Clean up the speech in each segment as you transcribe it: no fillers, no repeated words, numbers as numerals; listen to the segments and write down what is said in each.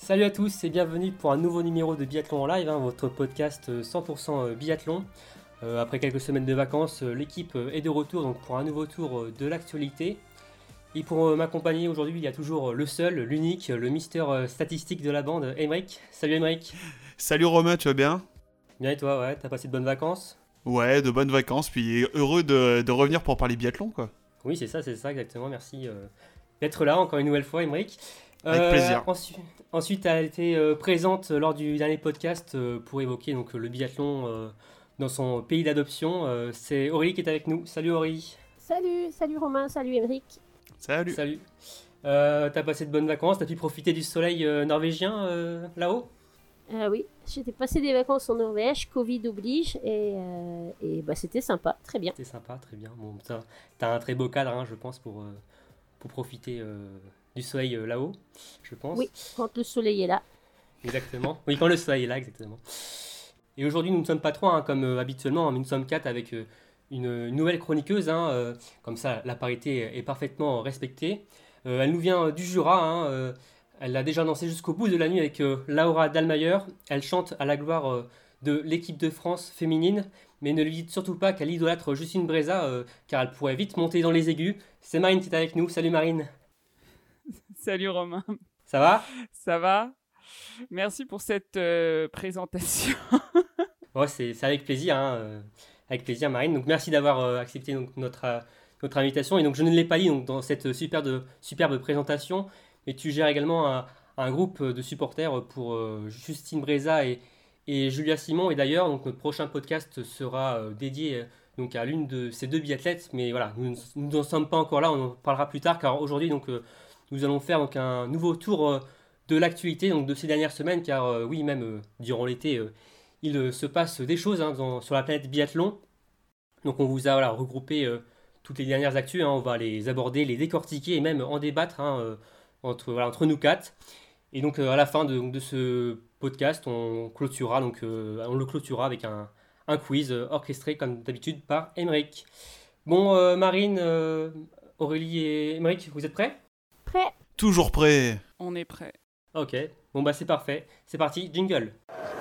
Salut à tous et bienvenue pour un nouveau numéro de Biathlon en live, votre podcast 100% biathlon. Après quelques semaines de vacances, l'équipe est de retour donc pour un nouveau tour de l'actualité. Et pour m'accompagner aujourd'hui, il y a toujours le seul, l'unique, le mister statistique de la bande, Emeric. Salut Emeric. Salut Romain, tu vas bien? Bien et toi, ouais, t'as passé de bonnes vacances? Ouais, de bonnes vacances, puis heureux de revenir pour parler biathlon, quoi. Oui, c'est ça exactement, merci d'être là encore une nouvelle fois Emeric. Avec plaisir. Ensuite, elle a été présente lors du dernier podcast pour évoquer donc, le biathlon dans son pays d'adoption. C'est Aurélie qui est avec nous. Salut Aurélie. Salut Romain, salut Émeric. Salut. Salut. T'as passé de bonnes vacances, t'as pu profiter du soleil norvégien là-haut? Oui, j'étais passé des vacances en Norvège, Covid oblige, et c'était sympa, très bien. C'était sympa, très bien. Bon, t'as un très beau cadre, je pense, pour profiter du soleil là-haut, je pense. Oui, quand le soleil est là. Exactement. Oui, quand le soleil est là, exactement. Et aujourd'hui, nous ne sommes pas trois, comme habituellement, mais nous sommes quatre avec une nouvelle chroniqueuse. Comme ça, la parité est parfaitement respectée. Elle nous vient du Jura. Elle l'a déjà dansé jusqu'au bout de la nuit avec Laura Dahlmeier. Elle chante à la gloire de l'équipe de France féminine. Mais ne lui dites surtout pas qu'elle idolâtre Justine Breza, car elle pourrait vite monter dans les aigus. C'est Marine qui est avec nous. Salut Marine. Salut Romain. Ça va? Ça va? Merci pour cette présentation. Ouais, c'est avec plaisir, avec plaisir Marine. Donc merci d'avoir accepté donc, notre invitation. Et donc je ne l'ai pas dit donc, dans cette superbe présentation, mais tu gères également un groupe de supporters pour Justine Breza et Julia Simon. Et d'ailleurs, donc, notre prochain podcast sera dédié donc, à l'une de ces deux biathlètes. Mais voilà, nous n'en sommes pas encore là, on en parlera plus tard, car aujourd'hui, donc, nous allons faire donc, un nouveau tour de l'actualité donc, de ces dernières semaines, car oui, même durant l'été, il se passe des choses sur la planète biathlon. Donc on vous a regroupé toutes les dernières actus, on va les aborder, les décortiquer et même en débattre entre nous quatre. Et donc à la fin de ce podcast, on le clôturera avec un quiz orchestré comme d'habitude par Emeric. Bon, Marine, Aurélie et Emeric, vous êtes prêts? Prêt? Toujours prêt. On est prêt. Ok, bon bah c'est parfait. C'est parti, jingle.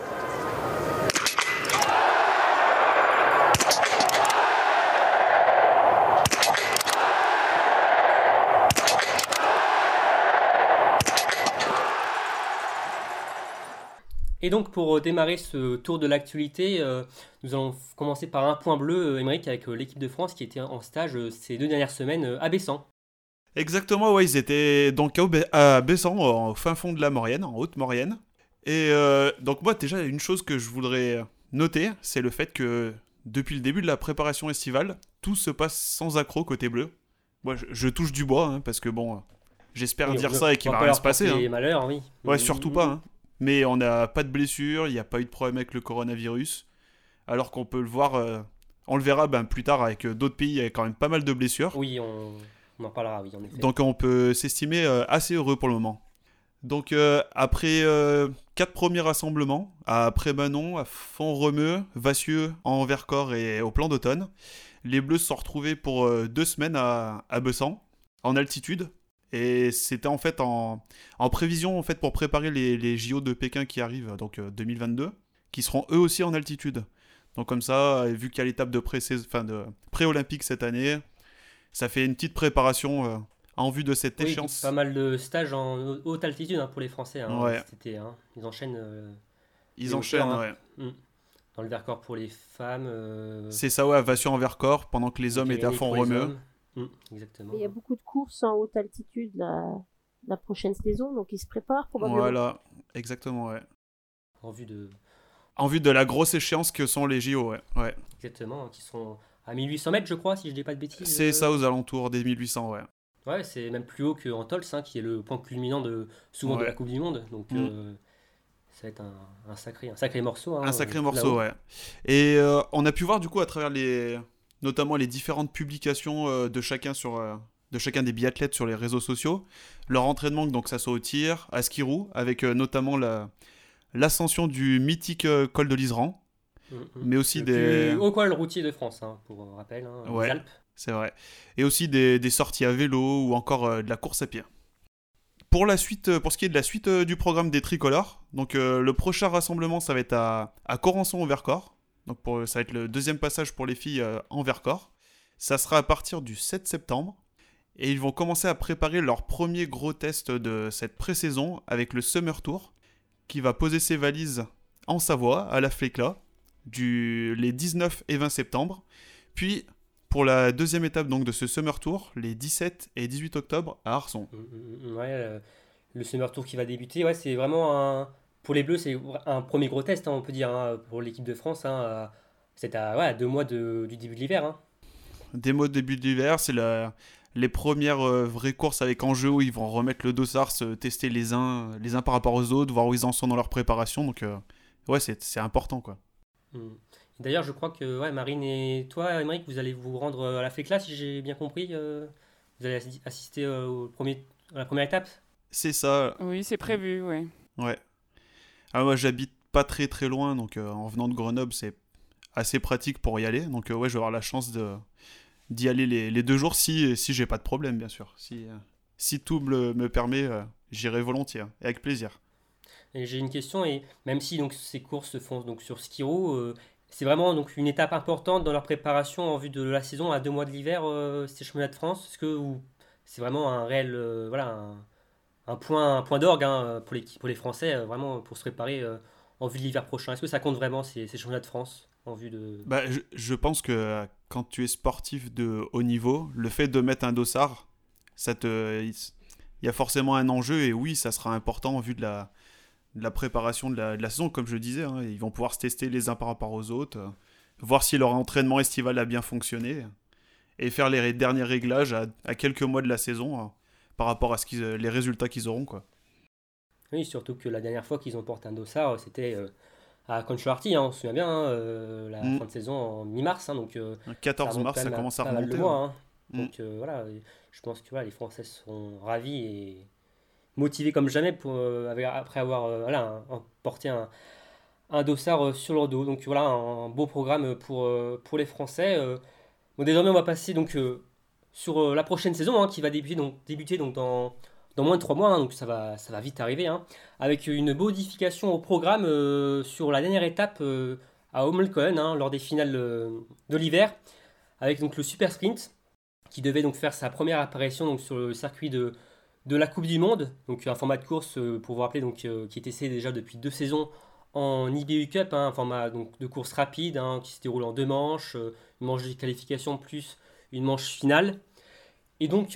Et donc pour démarrer ce tour de l'actualité, nous allons commencer par un point bleu, Émeric, avec l'équipe de France qui était en stage ces 2 dernières semaines à Bessan. Exactement, ouais, ils étaient donc à Bessan, au fin fond de la Maurienne, en Haute-Maurienne. Et donc moi, déjà, une chose que je voudrais noter, c'est le fait que depuis le début de la préparation estivale, tout se passe sans accroc côté bleu. Moi, je touche du bois, parce que bon, j'espère Oui, dire ça et qu'il on va va pas rien leur se passer. porter malheur, oui. Ouais, surtout pas. Mais on n'a pas de blessure, il n'y a pas eu de problème avec le coronavirus. Alors qu'on peut le voir, on le verra plus tard avec d'autres pays, il y a quand même pas mal de blessures. Oui, on en parlera, oui, en effet. Donc on peut s'estimer assez heureux pour le moment. Donc après 4 premiers rassemblements, à Prémanon, à Font-Romeu, Vassieux, en Vercors et au Plan d'Automne, les Bleus se sont retrouvés pour 2 semaines à Bessan, en altitude. Et c'était en fait en prévision en fait, pour préparer les JO de Pékin qui arrivent, donc 2022, qui seront eux aussi en altitude. Donc comme ça, vu qu'il y a l'étape de pré-olympique cette année, ça fait une petite préparation en vue de cette Oui, échéance. pas mal de stages en haute altitude pour les Français Ouais. cet été. Ils enchaînent. Ils les enchaînent, hauteurs, ouais. Dans le Vercors pour les femmes. C'est ça, ouais, à Vassieux en Vercors, pendant que les hommes étaient à Font-Romeu. Exactement. Il y a beaucoup de courses en haute altitude la prochaine saison, donc ils se préparent probablement. Voilà, exactement, ouais. En vue de. En vue de la grosse échéance que sont les JO, ouais. Exactement, qui sont à 1800 mètres, je crois, si je dis pas de bêtises. C'est ça, aux alentours des 1800, ouais. Ouais, c'est même plus haut qu'en Tols, qui est le point culminant souvent de la Coupe du Monde. Donc ça va être un sacré morceau. Un sacré morceau, là-haut. ouais. Et on a pu voir du coup à travers notamment les différentes publications de chacun des biathlètes sur les réseaux sociaux, leur entraînement, donc ça soit au tir, à skiroo, avec notamment l'ascension du mythique col de l'Iseran, mais aussi le des... plus haut col routier de France, pour rappel, Ouais. les Alpes. C'est vrai. Et aussi des sorties à vélo ou encore de la course à pied. Pour la suite, pour ce qui est de la suite du programme des tricolores, donc le prochain rassemblement, ça va être à Corançon au Vercors. Donc ça va être le deuxième passage pour les filles en Vercors. Ça sera à partir du 7 septembre. Et ils vont commencer à préparer leur premier gros test de cette pré-saison avec le Summer Tour, qui va poser ses valises en Savoie, à la Fécla, les 19 et 20 septembre. Puis, pour la deuxième étape donc, de ce Summer Tour, les 17 et 18 octobre à Arson. Ouais, le Summer Tour qui va débuter, ouais, c'est vraiment pour les Bleus, c'est un premier gros test, hein, on peut dire, hein, pour l'équipe de France. C'est à 2 mois du début de l'hiver. Hein. Des mois de début de l'hiver, c'est les premières vraies courses avec enjeu où ils vont remettre le dossard, se tester les uns par rapport aux autres, voir où ils en sont dans leur préparation. Donc, ouais, c'est important, quoi. D'ailleurs, je crois que Marine et toi, Émeric, vous allez vous rendre à la FECLA, si j'ai bien compris. Vous allez assister à la première étape. C'est ça. Oui, c'est prévu, ouais. Ouais. Alors, moi, j'habite pas très très loin, donc en venant de Grenoble, c'est assez pratique pour y aller. Donc, ouais, je vais avoir la chance d'y aller les 2 jours si j'ai pas de problème, bien sûr. Si tout me permet, j'irai volontiers, et avec plaisir. Et j'ai une question, et même si donc, ces courses se font donc, sur ski-roue, c'est vraiment donc, une étape importante dans leur préparation en vue de la saison à 2 mois de l'hiver, ces championnats de France. Est-ce que c'est vraiment un réel un point d'orgue hein, pour les Français, vraiment pour se préparer en vue de l'hiver prochain? Est-ce que ça compte vraiment ces championnats de France en vue de... Bah, je pense que quand tu es sportif de haut niveau, le fait de mettre un dossard, il y a forcément un enjeu, et oui, ça sera important en vue de la préparation de la saison, comme je le disais. Hein. Ils vont pouvoir se tester les uns par rapport aux autres, voir si leur entraînement estival a bien fonctionné, et faire les derniers réglages à quelques mois de la saison par rapport à les résultats qu'ils auront, quoi. Oui, surtout que la dernière fois qu'ils ont porté un dossard, c'était à Concholarty, hein, on se souvient bien, hein, la fin de saison en mi-mars. Hein, donc, Le ça 14 remonte mars, quand ça même commence à pas mal de remonter. mois. Ouais. Hein. Donc voilà, je pense que les Français seront ravis et motivés comme jamais après avoir porté un dossard sur leur dos. Donc voilà, un beau programme pour les Français. Bon, désormais, on va passer donc sur la prochaine saison hein, qui va débuter donc dans moins de 3 mois, hein, donc ça va vite arriver, hein, avec une modification au programme sur la dernière étape à Hommelkoen hein, lors des finales de l'hiver, avec donc le Super Sprint qui devait donc faire sa première apparition donc, sur le circuit de la Coupe du Monde, donc un format de course pour vous rappeler donc, qui est essayé déjà depuis 2 saisons en IBU Cup, hein, un format donc, de course rapide hein, qui se déroule en 2 manches, une manche de qualification plus une manche finale. Et donc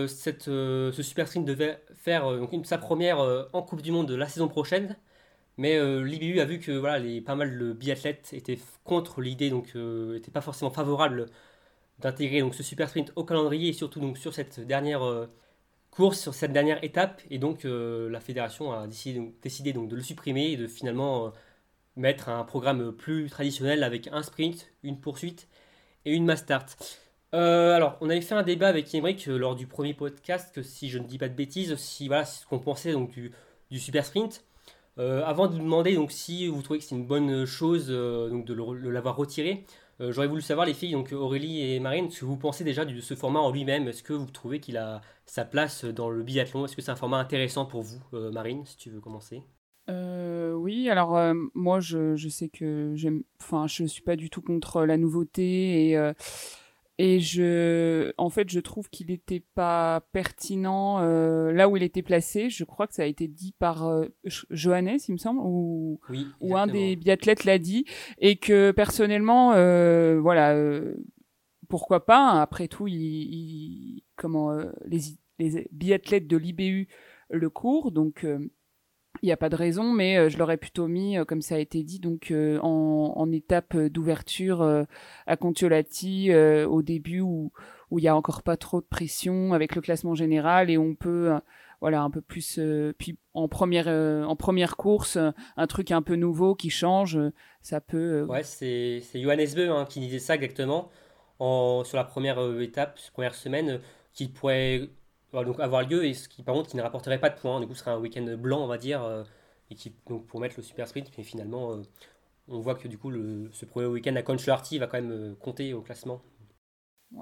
ce Super Sprint devait faire sa première en Coupe du Monde la saison prochaine, mais l'IBU a vu que pas mal de biathlètes étaient contre l'idée, donc n'étaient pas forcément favorables d'intégrer donc ce Super Sprint au calendrier et surtout donc sur cette dernière course, sur cette dernière étape. Et donc la fédération a décidé donc, de le supprimer et de finalement mettre un programme plus traditionnel avec un sprint, une poursuite et une mass start. Alors, on avait fait un débat avec Émeric lors du premier podcast, que si je ne dis pas de bêtises, c'est ce qu'on pensait donc, du super sprint. Avant de vous demander donc, si vous trouvez que c'est une bonne chose donc, de l'avoir retiré, j'aurais voulu savoir, les filles, donc Aurélie et Marine, ce que vous pensez déjà de ce format en lui-même. Est-ce que vous trouvez qu'il a sa place dans le biathlon? Est-ce que c'est un format intéressant pour vous, Marine, si tu veux commencer? Oui, alors moi je sais que je suis pas du tout contre la nouveauté et en fait, je trouve qu'il n'était pas pertinent là où il était placé. Je crois que ça a été dit par Johannes, il me semble, ou un des biathlètes l'a dit, et que personnellement, pourquoi pas. Hein, après tout, les biathlètes de l'IBU le courent, donc il n'y a pas de raison, mais je l'aurais plutôt mis, comme ça a été dit, donc en étape d'ouverture à Kontiolahti au début où il n'y a encore pas trop de pression avec le classement général et on peut un peu plus puis en première course un truc un peu nouveau qui change, ça peut Ouais, c'est Johannes Beu hein, qui disait ça exactement sur la première étape, première semaine, qui pourrait donc avoir lieu et par contre qui ne rapporterait pas de points. Du coup, ce serait un week-end blanc, on va dire, et donc pour mettre le super sprint. Mais finalement, on voit que du coup, ce premier week-end à Concholarty va quand même compter au classement.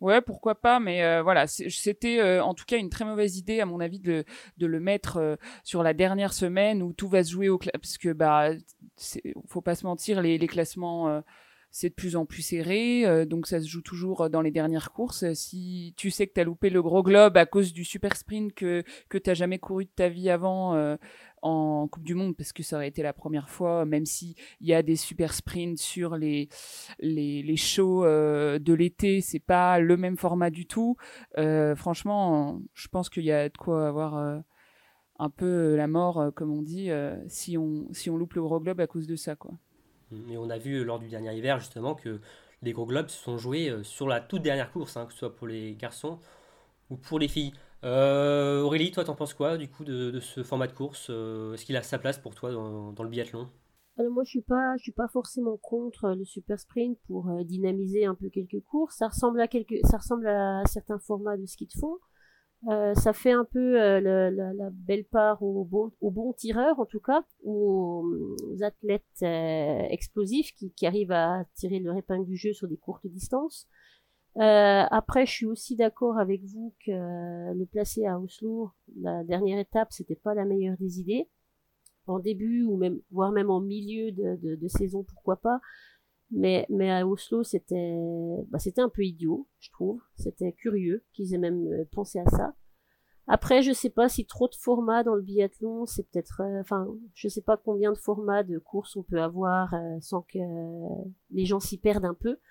Ouais, pourquoi pas, mais voilà, c'était en tout cas une très mauvaise idée à mon avis de le mettre sur la dernière semaine où tout va se jouer parce que faut pas se mentir, les classements c'est de plus en plus serré, donc ça se joue toujours dans les dernières courses. Si tu sais que tu as loupé le gros globe à cause du super sprint que t'as jamais couru de ta vie avant en Coupe du Monde, parce que ça aurait été la première fois, même si il y a des super sprints sur les shows de l'été, c'est pas le même format du tout. Franchement, je pense qu'il y a de quoi avoir un peu la mort, comme on dit, si on loupe le gros globe à cause de ça, quoi. Et on a vu lors du dernier hiver justement que les gros globes se sont joués sur la toute dernière course, hein, que ce soit pour les garçons ou pour les filles. Aurélie, toi, t'en penses quoi du coup de ce format de course? Est-ce qu'il a sa place pour toi dans le biathlon? Alors moi, je suis pas forcément contre le super sprint pour dynamiser un peu quelques courses. Ça ressemble à certains formats de ski de fond. Ça fait un peu la belle part aux bons tireurs, en tout cas, ou aux athlètes explosifs qui arrivent à tirer leur épingle du jeu sur des courtes distances. Après, je suis aussi d'accord avec vous que le placer à Oslo, la dernière étape, c'était pas la meilleure des idées. En début, ou même, voire même en milieu de saison, pourquoi pas. Mais à Oslo, c'était un peu idiot, je trouve. C'était curieux qu'ils aient même pensé à ça. Après, je sais pas si trop de formats dans le biathlon, c'est peut-être, je sais pas combien de formats de courses on peut avoir sans que les gens s'y perdent un peu.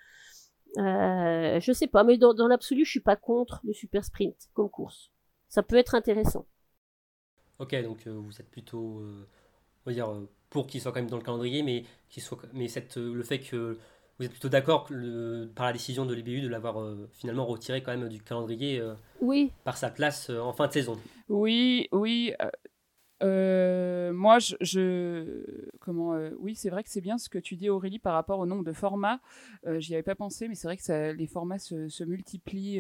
Je sais pas, mais dans l'absolu, je suis pas contre le super sprint comme course. Ça peut être intéressant. Ok, donc vous êtes plutôt, on va dire, pour qu'il soit quand même dans le calendrier, mais le fait que vous êtes plutôt d'accord par la décision de l'IBU de l'avoir finalement retiré quand même du calendrier Oui, par sa place en fin de saison. Oui, oui. Moi, oui, c'est vrai que c'est bien ce que tu dis, Aurélie, par rapport au nombre de formats. J'y avais pas pensé, mais c'est vrai que les formats se multiplient.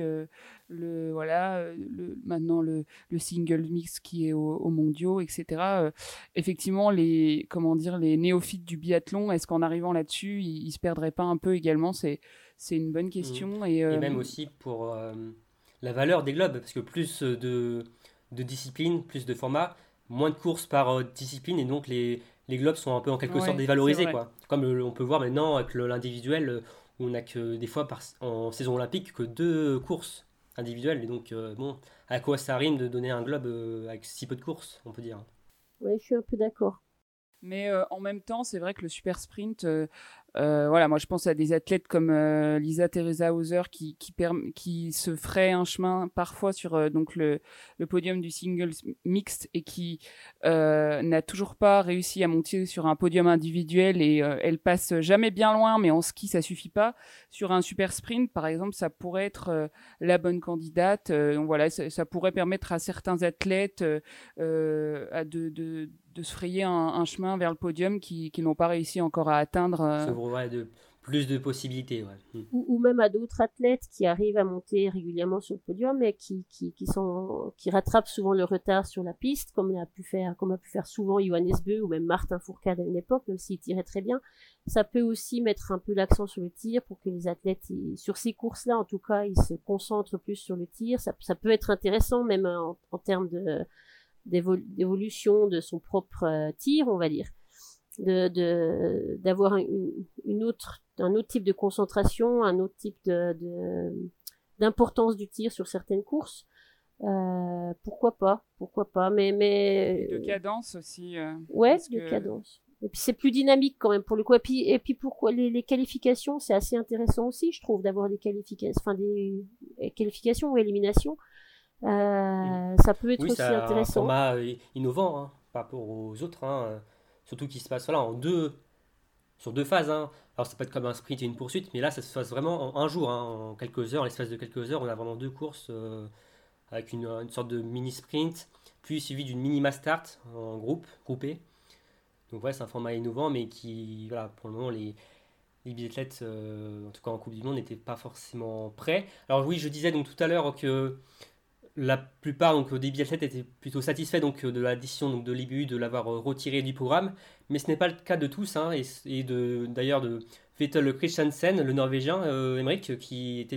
Maintenant le single mix qui est aux mondiaux, etc. Effectivement, les néophytes du biathlon, est-ce qu'en arrivant là-dessus, ils se perdraient pas un peu également? C'est une bonne question. Et même aussi pour la valeur des globes, parce que plus de disciplines, plus de formats, moins de courses par discipline, et donc les globes sont un peu en quelque sorte Ouais, c'est dévalorisés, vrai. quoi. Comme on peut voir maintenant avec l'individuel, où on n'a que des fois en saison olympique que 2 courses individuelles, et donc bon, à quoi ça rime de donner un globe avec si peu de courses, on peut dire. ouais, je suis un peu d'accord. Mais en même temps, c'est vrai que le super sprint, voilà, moi je pense à des athlètes comme Lisa Teresa Hauser qui se ferait un chemin parfois sur donc le podium du single mixte et qui n'a toujours pas réussi à monter sur un podium individuel et elle passe jamais bien loin, mais en ski ça suffit pas. Sur un super sprint, par exemple, ça pourrait être la bonne candidate. Donc voilà, ça pourrait permettre à certains athlètes de se frayer un chemin vers le podium qui n'ont pas réussi encore à atteindre. Ça ouvrirait plus de possibilités, ouais. Ou même à d'autres athlètes qui arrivent à monter régulièrement sur le podium mais qui rattrapent souvent le retard sur la piste, comme a pu faire souvent Johannes Beu ou même Martin Fourcade à une époque, même s'il tirait très bien. Ça peut aussi mettre un peu l'accent sur le tir pour que les athlètes, sur ces courses-là, en tout cas, ils se concentrent plus sur le tir. Ça peut être intéressant, même en termes d'évolution de son propre tir, on va dire. D'avoir un autre type de concentration, un autre type d'importance du tir sur certaines courses. Pourquoi pas, mais De cadence aussi. ouais, de cadence. Et puis c'est plus dynamique quand même pour le coup. Et puis pourquoi les qualifications, c'est assez intéressant aussi, je trouve, d'avoir des qualifications ou éliminations. Ça peut être Oui, aussi c'est un intéressant. format innovant, hein, par rapport aux autres, hein, surtout qui se passe voilà, sur 2 phases, hein. Alors ça peut être comme un sprint et une poursuite, mais là ça se passe vraiment en un jour, hein, en quelques heures, l'espace de quelques heures, on a vraiment 2 courses avec une sorte de mini sprint, puis suivi d'une mini mass start en groupé. Donc ouais, c'est un format innovant, mais qui, voilà, pour le moment, les biathlètes, en tout cas en Coupe du Monde, n'étaient pas forcément prêts. Alors oui, je disais donc tout à l'heure que la plupart donc, des biathlètes étaient plutôt satisfaits donc, de la décision donc, de l'IBU de l'avoir retiré du programme, mais ce n'est pas le cas de tous, hein, d'ailleurs de Vettel Christiansen, le Norvégien, Emmerich, qui était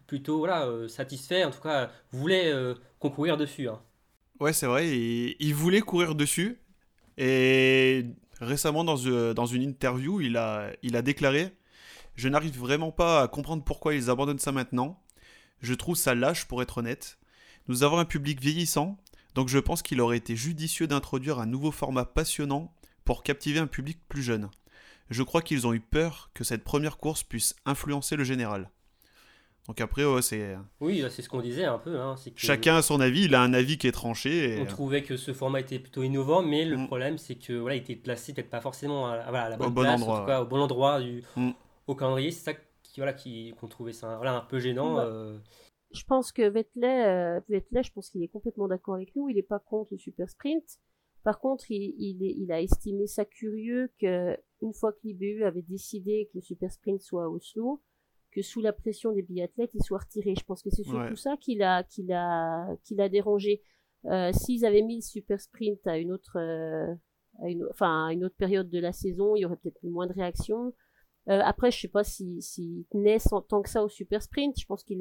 plutôt voilà, satisfait, en tout cas voulait concourir dessus, hein. Ouais, c'est vrai, il voulait courir dessus. Et récemment, dans une interview, il a déclaré: Je n'arrive vraiment pas à comprendre pourquoi ils abandonnent ça maintenant. Je trouve ça lâche, pour être honnête. Nous avons un public vieillissant, donc je pense qu'il aurait été judicieux d'introduire un nouveau format passionnant pour captiver un public plus jeune. Je crois qu'ils ont eu peur que cette première course puisse influencer le général. Donc après, ouais, c'est... Oui, c'est ce qu'on disait un peu, hein, c'est que Chacun a son avis, il a un avis qui est tranché. on trouvait que ce format était plutôt innovant, mais le Mm. problème c'est que voilà, il était placé peut-être pas forcément voilà, à la Au bonne bon place, en endroit, tout cas au bon endroit Mm. au calendrier. C'est ça qu'on trouvait ça voilà, un peu gênant. Ouais. Je pense que Vettel, je pense qu'il est complètement d'accord avec nous. Il n'est pas contre le super sprint. Par contre, il a estimé ça curieux que une fois que l'IBU avait décidé que le super sprint soit à Oslo, que sous la pression des biathlètes, il soit retiré. Je pense que c'est surtout ça qui l'a dérangé. S'ils avaient mis le super sprint à une autre période de la saison, il y aurait peut-être eu moins de réactions. Après, je sais pas s'il tenait tant que ça au super sprint. Je pense qu'il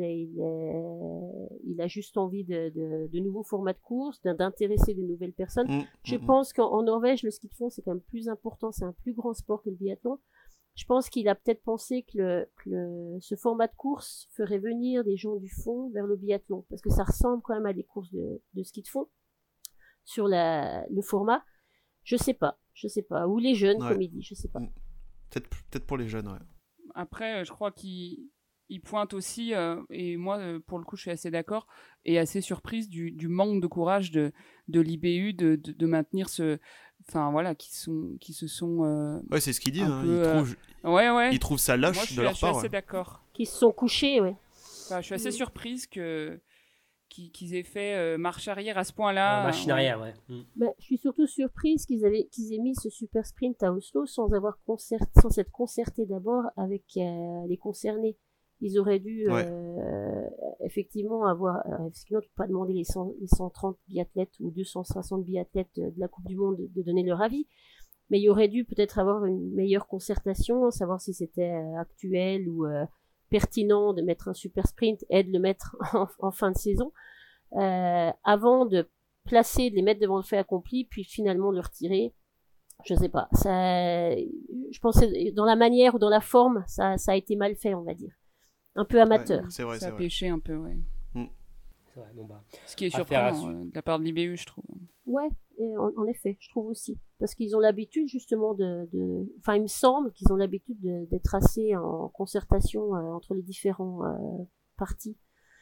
a juste envie de nouveaux formats de course, d'intéresser de nouvelles personnes. Je pense qu'en Norvège, le ski de fond, c'est quand même plus important, c'est un plus grand sport que le biathlon. Je pense qu'il a peut-être pensé que ce format de course ferait venir des gens du fond vers le biathlon, parce que ça ressemble quand même à des courses de ski de fond sur le format. Je sais pas. Ou les jeunes, comme il dit, je sais pas. Peut-être pour les jeunes, ouais. Après, je crois qu'il pointe aussi, et moi, pour le coup, je suis assez d'accord, et assez surprise du manque de courage de l'IBU de maintenir ce... Enfin, voilà, qui se sont... Ouais, c'est ce qu'il dit. Il trouve ça lâche moi, de leur part. Je suis assez d'accord. Qui se sont couchés, ouais. Enfin, je suis assez surprise qu'ils aient fait marche arrière à ce point-là. Machine arrière, ouais. Je suis surtout surprise qu'ils aient mis ce super sprint à Oslo sans s'être concerté d'abord avec les concernés. Ils auraient dû effectivement pas demander les 130 biathlètes ou 260 biathlètes de la Coupe du Monde de donner leur avis, mais il y aurait dû peut-être avoir une meilleure concertation, savoir si c'était actuel ou pertinent de mettre un super sprint et de le mettre en fin de saison, avant de les mettre devant le fait accompli, puis finalement le retirer. Je sais pas. Je pense que dans la manière ou dans la forme, ça a été mal fait, on va dire. Un peu amateur. Ouais, c'est vrai, ça a pêché un peu, ouais. C'est vrai, ce qui est surprenant de la part de l'IBU, je trouve. Ouais, en effet, je trouve aussi. Parce qu'ils ont l'habitude justement Enfin, il me semble qu'ils ont l'habitude d'être assez en concertation entre les différents parties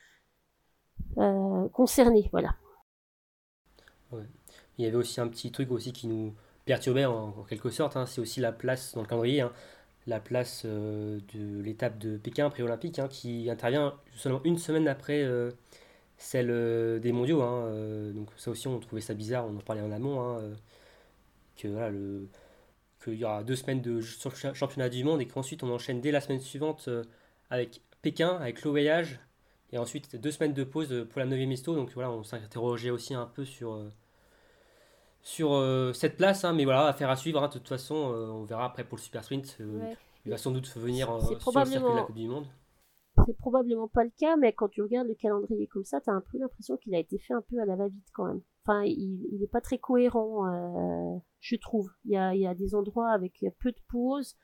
concernés, voilà. Ouais. Il y avait aussi un petit truc aussi qui nous perturbait en quelque sorte, hein, c'est aussi la place dans le calendrier, hein, la place de l'étape de Pékin pré-olympique, hein, qui intervient seulement une semaine après celle des mondiaux, hein, donc ça aussi on trouvait ça bizarre, on en parlait en amont, hein, que voilà, qu'il y aura 2 semaines de championnat du monde et qu'ensuite on enchaîne dès la semaine suivante avec Pékin, avec le voyage, et ensuite 2 semaines de pause pour la 9e histo, donc voilà, on s'interrogeait aussi un peu sur cette place, hein, mais voilà, affaire à suivre, hein, de toute façon, on verra après pour le super sprint, il va sans doute venir sur le circuit de la Coupe du Monde. C'est probablement pas le cas, mais quand tu regardes le calendrier comme ça, t'as un peu l'impression qu'il a été fait un peu à la va-vite quand même. Enfin, il est pas très cohérent, je trouve. Il y a des endroits avec peu de pauses,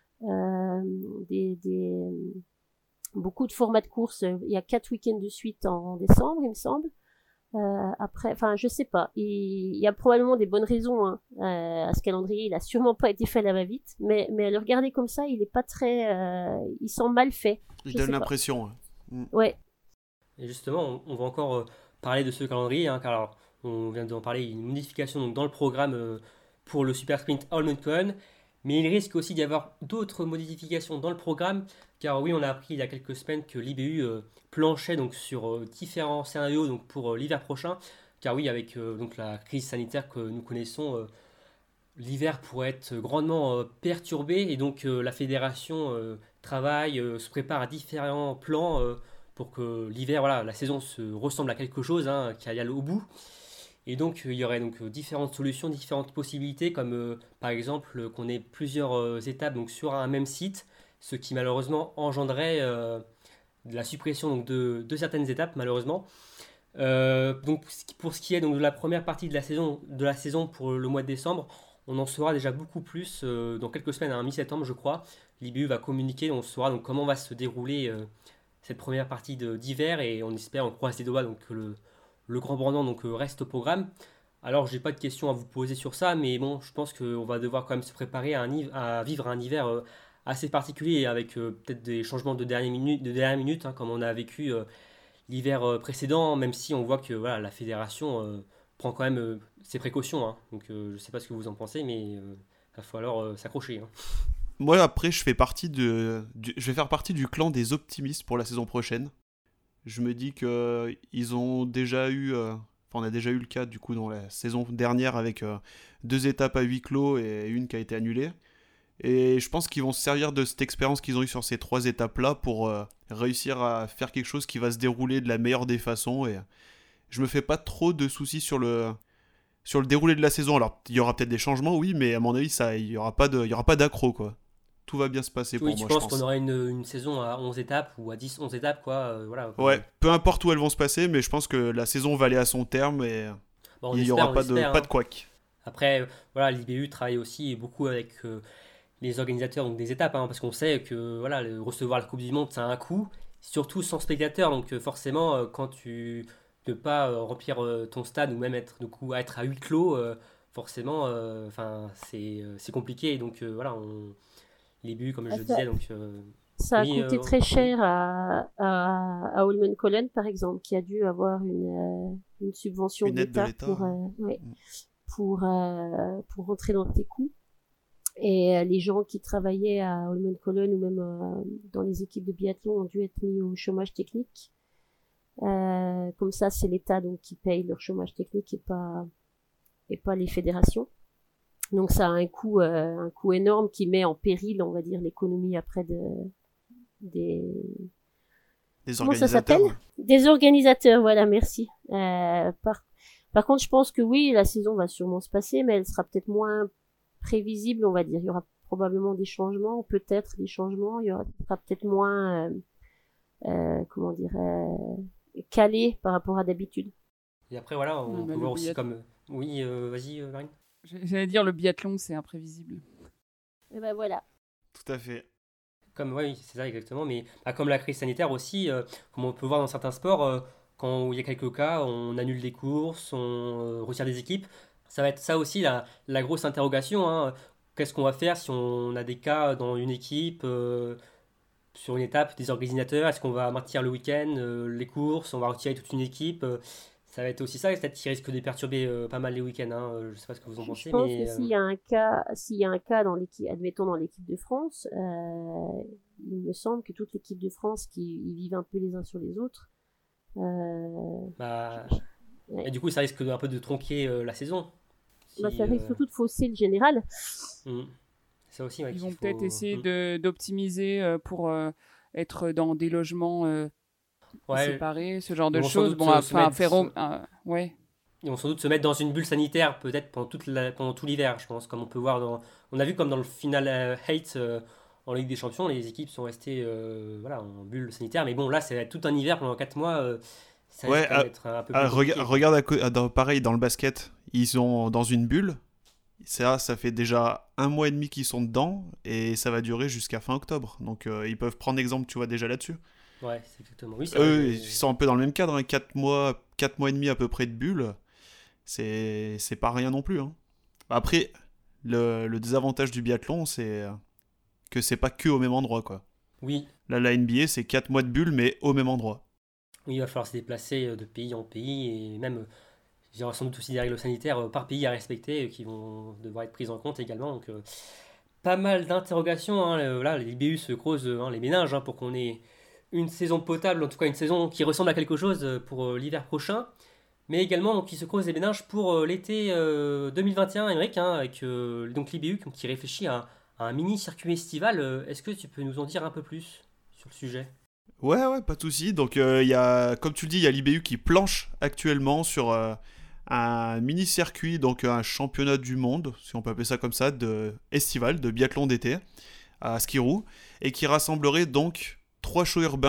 beaucoup de formats de course. Il y a 4 week-ends de suite en décembre, il me semble. Après, enfin, je sais pas. Il y a probablement des bonnes raisons à ce calendrier. Il a sûrement pas été fait à la va-vite, mais à le regarder comme ça, il est pas très, il semble mal fait. Il donne l'impression. Ouais. Et justement, on va encore parler de ce calendrier, hein, car alors, on vient d'en parler, une modification donc, dans le programme pour le super sprint Holmenkollen, mais il risque aussi d'y avoir d'autres modifications dans le programme, car oui, on a appris il y a quelques semaines que l'IBU planchait donc sur différents scénarios donc pour l'hiver prochain, car oui, avec donc la crise sanitaire que nous connaissons, l'hiver pourrait être grandement perturbé, et donc la fédération travaille, se prépare à différents plans pour que l'hiver, voilà, la saison se ressemble à quelque chose, hein, qui aille au bout. Et donc il y aurait donc différentes solutions, différentes possibilités, comme par exemple qu'on ait plusieurs étapes donc sur un même site, ce qui malheureusement engendrerait de la suppression donc, de certaines étapes, malheureusement. Donc, pour ce qui est donc, de la première partie de la saison pour le mois de décembre, on en saura déjà beaucoup plus dans quelques semaines, à mi-septembre, je crois. L'IBU va communiquer, on saura donc comment va se dérouler cette première partie d'hiver et on croise les doigts donc, que le Grand Brandon donc, reste au programme. Alors, j'ai pas de questions à vous poser sur ça, mais bon, je pense qu'on va devoir quand même se préparer à vivre un hiver assez particulier avec peut-être des changements de dernière minute, hein, comme on a vécu l'hiver précédent, même si on voit que voilà, la fédération prend quand même ses précautions. Hein. Donc, je ne sais pas ce que vous en pensez, mais il va falloir s'accrocher. Hein. Moi, après, je vais faire partie du clan des optimistes pour la saison prochaine. Je me dis qu'ils ont déjà eu... on a déjà eu le cas du coup dans la saison dernière avec 2 étapes à huis clos et une qui a été annulée. Et je pense qu'ils vont se servir de cette expérience qu'ils ont eue sur ces 3 étapes-là pour réussir à faire quelque chose qui va se dérouler de la meilleure des façons. Et je me fais pas trop de soucis sur le déroulé de la saison. Alors, il y aura peut-être des changements, oui, mais à mon avis, il y aura pas d'accro, quoi. Tout va bien se passer pour moi, je pense. Oui, tu penses qu'on aura une saison à 11 étapes ou à 10, 11 étapes, quoi. Voilà. Ouais, peu importe où elles vont se passer, mais je pense que la saison va aller à son terme et il n'y aura pas de couac. Après, voilà, l'IBU travaille aussi beaucoup avec les organisateurs donc des étapes, hein, parce qu'on sait que voilà, recevoir la Coupe du Monde, ça a un coût, surtout sans spectateurs. Donc forcément, quand tu ne peux pas remplir ton stade ou même être à huis clos, forcément, c'est compliqué. Donc voilà, l'IBU, comme je le disais, donc... Ça a coûté très cher à Holmen Collen, par exemple, qui a dû avoir une subvention d'État pour rentrer dans ses coûts. Et les gens qui travaillaient à Holmen Collen ou même dans les équipes de biathlon ont dû être mis au chômage technique. Comme ça, c'est l'État donc qui paye leur chômage technique et pas les fédérations. Donc ça a un coût énorme qui met en péril, on va dire, l'économie après des organisateurs. Comment ça s'appelle ? Des organisateurs, voilà, merci. Par contre, je pense que oui, la saison va sûrement se passer, mais elle sera peut-être moins prévisible, on va dire. Il y aura probablement des changements, peut-être des changements. Il sera peut-être moins, calé par rapport à d'habitude. Et après, voilà, on peut voir aussi comme... Oui, vas-y, Marine. J'allais dire, le biathlon, c'est imprévisible. Et ben voilà. Tout à fait. Oui, c'est ça exactement, mais comme la crise sanitaire aussi, comme on peut voir dans certains sports, quand il y a quelques cas, on annule des courses, on retire des équipes. Ça va être ça aussi la grosse interrogation. Hein. Qu'est-ce qu'on va faire si on a des cas dans une équipe, sur une étape, des organisateurs? Est-ce qu'on va maintenir le week-end, les courses? On va retirer toute une équipe? Ça va être aussi ça, peut-être qui risque de perturber pas mal les week-ends. Hein. Je ne sais pas ce que vous en pensez. Je pense que s'il y a un cas dans l'équipe, admettons dans l'équipe de France, il me semble que toute l'équipe de France ils vivent un peu les uns sur les autres. Et du coup, ça risque un peu de tronquer la saison. Ça risque surtout de fausser le général. Ça aussi, ils vont peut-être essayer d'optimiser pour être dans des logements séparés, ce genre de choses. Ils vont sans doute se mettre dans une bulle sanitaire peut-être pendant tout l'hiver, je pense, comme on peut voir on a vu comme dans le final Hate en Ligue des Champions, les équipes sont restées en bulle sanitaire, mais bon là ça va être tout un hiver pendant 4 mois, ça risque d'être un peu plus regarde pareil dans le basket, ils sont dans une bulle, ça fait déjà 1 mois et demi qu'ils sont dedans et ça va durer jusqu'à fin octobre, donc ils peuvent prendre exemple, tu vois, déjà là-dessus. Ouais, c'est exactement. Oui, ils sont un peu dans le même cadre, hein. 4 mois et demi à peu près de bulle, c'est pas rien non plus. Hein. Après, le désavantage du biathlon, c'est que c'est pas que au même endroit, quoi. Oui. Là, la NBA, c'est 4 mois de bulle, mais au même endroit. Oui, il va falloir se déplacer de pays en pays, et même, il y aura sans doute aussi des règles sanitaires par pays à respecter, qui vont devoir être prises en compte également. Donc, pas mal d'interrogations. Hein. Là, les IBU se creusent les méninges pour qu'on ait une saison potable, en tout cas une saison qui ressemble à quelque chose pour l'hiver prochain, mais également donc, qui se creuse les méninges pour l'été 2021, Émeric, avec donc l'IBU qui réfléchit à un mini-circuit estival. Est-ce que tu peux nous en dire un peu plus sur le sujet ? Ouais, pas de souci. Donc, comme tu le dis, il y a l'IBU qui planche actuellement sur un mini-circuit, donc un championnat du monde, si on peut appeler ça comme ça, estival, de biathlon d'été, à Skirou, et qui rassemblerait donc 3 shows urbains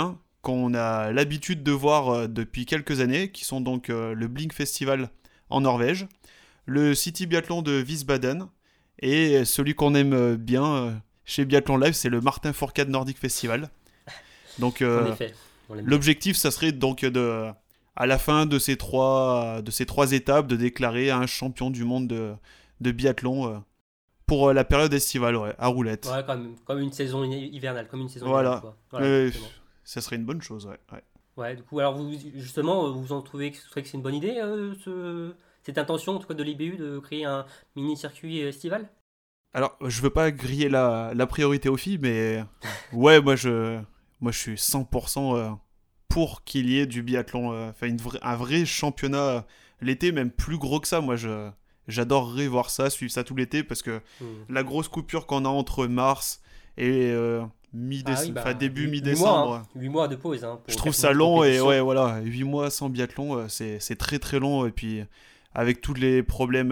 qu'on a l'habitude de voir depuis quelques années, qui sont donc le Blink Festival en Norvège, le City Biathlon de Wiesbaden, et celui qu'on aime bien chez Biathlon Live, c'est le Martin Fourcade Nordic Festival. Donc En effet, on l'aime bien. l'objectif, ça serait donc à la fin de ces trois étapes, de déclarer un champion du monde de biathlon pour la période estivale, ouais, à roulette. Ouais, comme une saison hivernale, comme une saison Voilà. hivernale, quoi. Voilà, Euh, exactement. Ça serait une bonne chose, ouais. Ouais, du coup, alors vous, justement, vous en trouvez que c'est une bonne idée, cette intention, en tout cas, de l'IBU de créer un mini-circuit estival? Alors, je veux pas griller la priorité aux filles, mais ouais, moi je suis 100% pour qu'il y ait du biathlon, enfin un vrai championnat l'été, même plus gros que ça. Moi, j'adorerais voir ça, suivre ça tout l'été, parce que Hmm. la grosse coupure qu'on a entre mars et Ah oui, début 8 mi-décembre, mois, hein. 8 mois de pause, hein, pour je trouve 4 ça mois de long, et compétition. ouais, voilà, 8 mois sans biathlon, c'est très très long, et puis avec tous les problèmes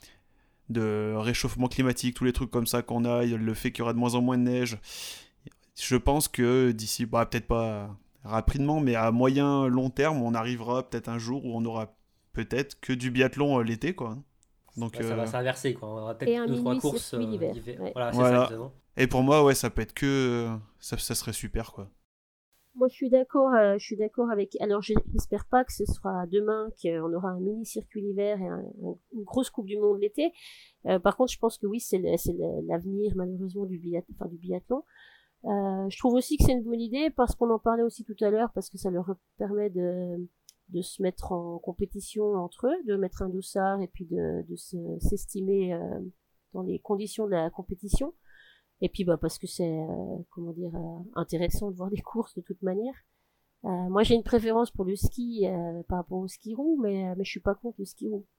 de réchauffement climatique, tous les trucs comme ça qu'on a, le fait qu'il y aura de moins en moins de neige, je pense que d'ici, peut-être pas rapidement, mais à moyen long terme, on arrivera peut-être un jour où on aura peut-être que du biathlon l'été, quoi. Donc Ouais, ça va s'inverser, quoi. On aura peut-être Et un 2-3 mini courses circuit l'hiver. l'hiver. Ouais. Voilà, c'est Voilà. ça, exactement. et pour moi, ouais, ça peut être que ça serait super, quoi. Moi, je suis d'accord avec. Alors, j'espère pas que ce sera demain qu'on aura un mini circuit l'hiver et une grosse Coupe du Monde l'été. Par contre, je pense que oui, c'est l'avenir malheureusement du biathlon. Je trouve aussi que c'est une bonne idée parce qu'on en parlait aussi tout à l'heure, parce que ça leur permet de se mettre en compétition entre eux, de mettre un dossard et puis de s'estimer dans les conditions de la compétition. Et puis parce que c'est intéressant de voir des courses de toute manière. Moi j'ai une préférence pour le ski par rapport au ski roue, mais je suis pas contre le ski roue.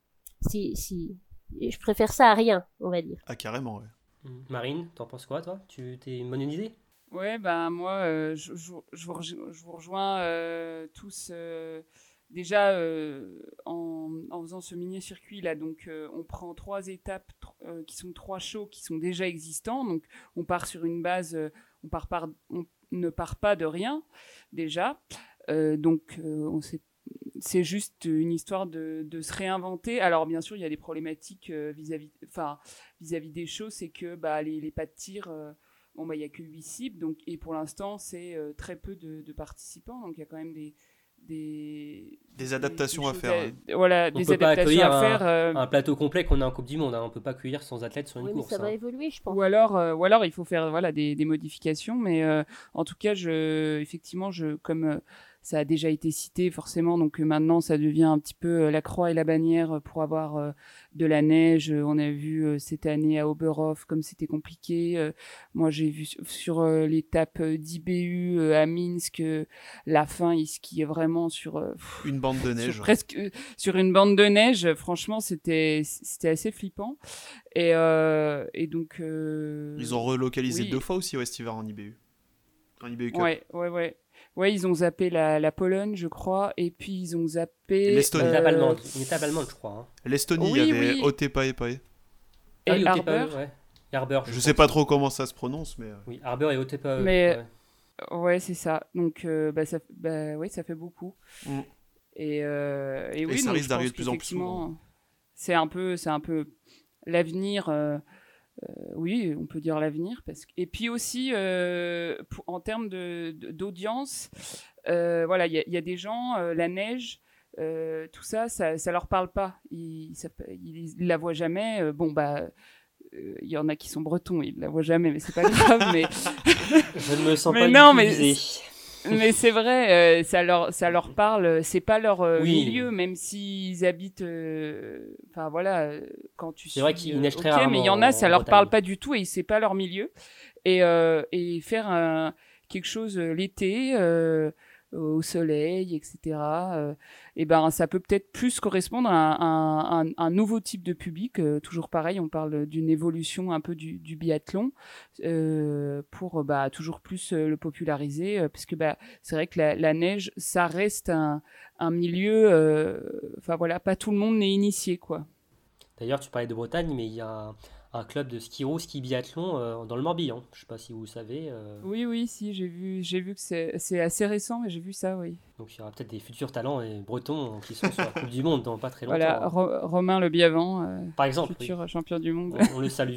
Si je préfère ça à rien, on va dire. Ah, carrément, ouais. Marine, t'en penses quoi, toi? T'es une bonne idée? Ouais, ben moi, je vous rejoins tous. Déjà, en faisant ce mini-circuit là, donc on prend 3 étapes qui sont 3 shows qui sont déjà existants. Donc on part sur une base, on ne part pas de rien déjà. C'est juste une histoire de se réinventer. Alors bien sûr, il y a des problématiques vis-à-vis des shows, c'est que les pas de tir. Il y a que 8 cibles, donc, et pour l'instant, c'est très peu de participants, donc il y a quand même Des adaptations à choses faire, hein. Voilà, On des peut pas adaptations accueillir à faire. un plateau complet qu'on a en Coupe du Monde, hein. On peut pas accueillir 100 athlètes sur une Oui, mais course, ça va hein. évoluer, je pense. Ou alors, il faut faire des modifications, mais en tout cas, effectivement, comme ça a déjà été cité forcément, donc maintenant ça devient un petit peu la croix et la bannière pour avoir de la neige. On a vu cette année à Oberhof comme c'était compliqué. Moi j'ai vu sur l'étape d'IBU à Minsk, la fin il skiait vraiment sur Une bande de neige. presque sur une bande de neige. Franchement c'était assez flippant. Et donc Ils ont relocalisé oui. 2 fois aussi, ouais, cet hiver en IBU. En IBU Cup. Ouais, ils ont zappé la Pologne, je crois, et puis ils ont zappé L'Estonie. Une étape allemande, je crois, hein. L'Estonie, Oui, il y avait oui. Otepaepae. Ah oui, et Otepa, Harbour. ouais. Et Harbour, Je pense. sais pas trop comment ça se prononce, mais Oui, Harbour et Otepa. Mais- ouais. Ouais, c'est ça. Donc, ça fait beaucoup. Mm. Et oui, ça donc, risque je d'arriver pense de plus en plus qu'effectivement, c'est un peu l'avenir. Oui, on peut dire l'avenir. Et puis aussi, en termes d'audience, voilà, il y a des gens, la neige, tout ça, ça leur parle pas. Ils la voient jamais. Il y en a qui sont bretons, ils la voient jamais, mais c'est pas grave. Mais Je ne me sens Mais pas non, du tout mais visé. Mais c'est vrai, ça leur parle. C'est pas leur Oui. milieu, même s'ils habitent. Enfin voilà, quand tu C'est vrai suis, qu'il neige très ok, rarement mais il y en a, ça en leur Bretagne. parle pas du tout et c'est pas leur milieu. Et faire quelque chose l'été au soleil, etc. Et ben ça peut peut-être plus correspondre à un nouveau type de public. Toujours pareil, on parle d'une évolution un peu du biathlon pour toujours plus le populariser, parce que c'est vrai que la neige, ça reste un milieu. Enfin voilà, pas tout le monde n'est initié quoi. D'ailleurs, tu parlais de Bretagne, mais il y a un club de ski biathlon dans le Morbihan. Je sais pas si vous savez. Oui, si, j'ai vu que c'est assez récent, mais j'ai vu ça, oui. Donc il y aura peut-être des futurs talents bretons qui sont sur la Coupe du Monde dans pas très longtemps. Voilà, Romain Le Biavant, par exemple, futur champion du monde. on le salue.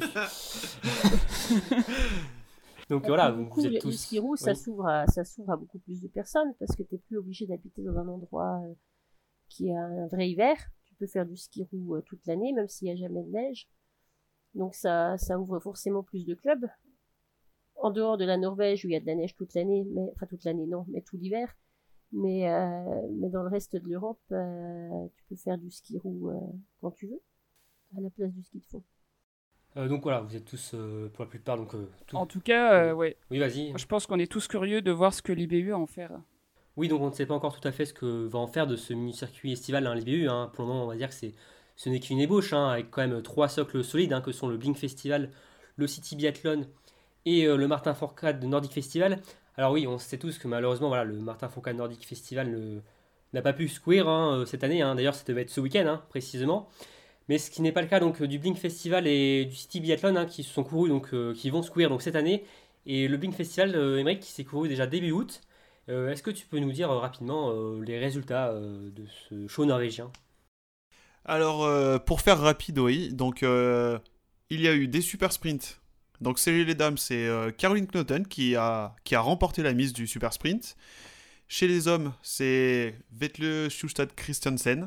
Donc voilà, vous êtes tous... Le ski roue, ça s'ouvre à beaucoup plus de personnes parce que tu n'es plus obligé d'habiter dans un endroit qui a un vrai hiver. Tu peux faire du ski roue toute l'année, même s'il n'y a jamais de neige. Donc ça ouvre forcément plus de clubs. En dehors de la Norvège où il y a de la neige toute l'année, enfin toute l'année non, mais tout l'hiver. Mais dans le reste de l'Europe, tu peux faire du ski roue quand tu veux, à la place du ski de fond. Donc voilà, vous êtes tous, pour la plupart, donc... En tout cas, ouais. Oui, vas-y. Je pense qu'on est tous curieux de voir ce que l'IBU a en faire. Oui, donc on ne sait pas encore tout à fait ce que va en faire de ce mini-circuit estival, l'IBU. Pour le moment, on va dire que ce n'est qu'une ébauche, avec quand même 3 socles solides, que sont le Blink Festival, le City Biathlon et le Martin Fourcade Nordic Festival. Alors oui, on sait tous que malheureusement, voilà, le Martin Fourcade Nordic Festival n'a pas pu se courir cette année. D'ailleurs, ça devait être ce week-end, précisément. Mais ce qui n'est pas le cas donc du Blink Festival et du City Biathlon qui se sont courus, qui vont se courir donc cette année. Et le Blink Festival, Émeric, qui s'est couru déjà début août. Est-ce que tu peux nous dire rapidement les résultats de ce show norvégien? Alors, pour faire rapide, oui. Donc, il y a eu des super sprints. Donc, chez les dames, c'est Caroline Knoten qui a remporté la mise du super sprint. Chez les hommes, c'est Vetle Sjustad Christensen.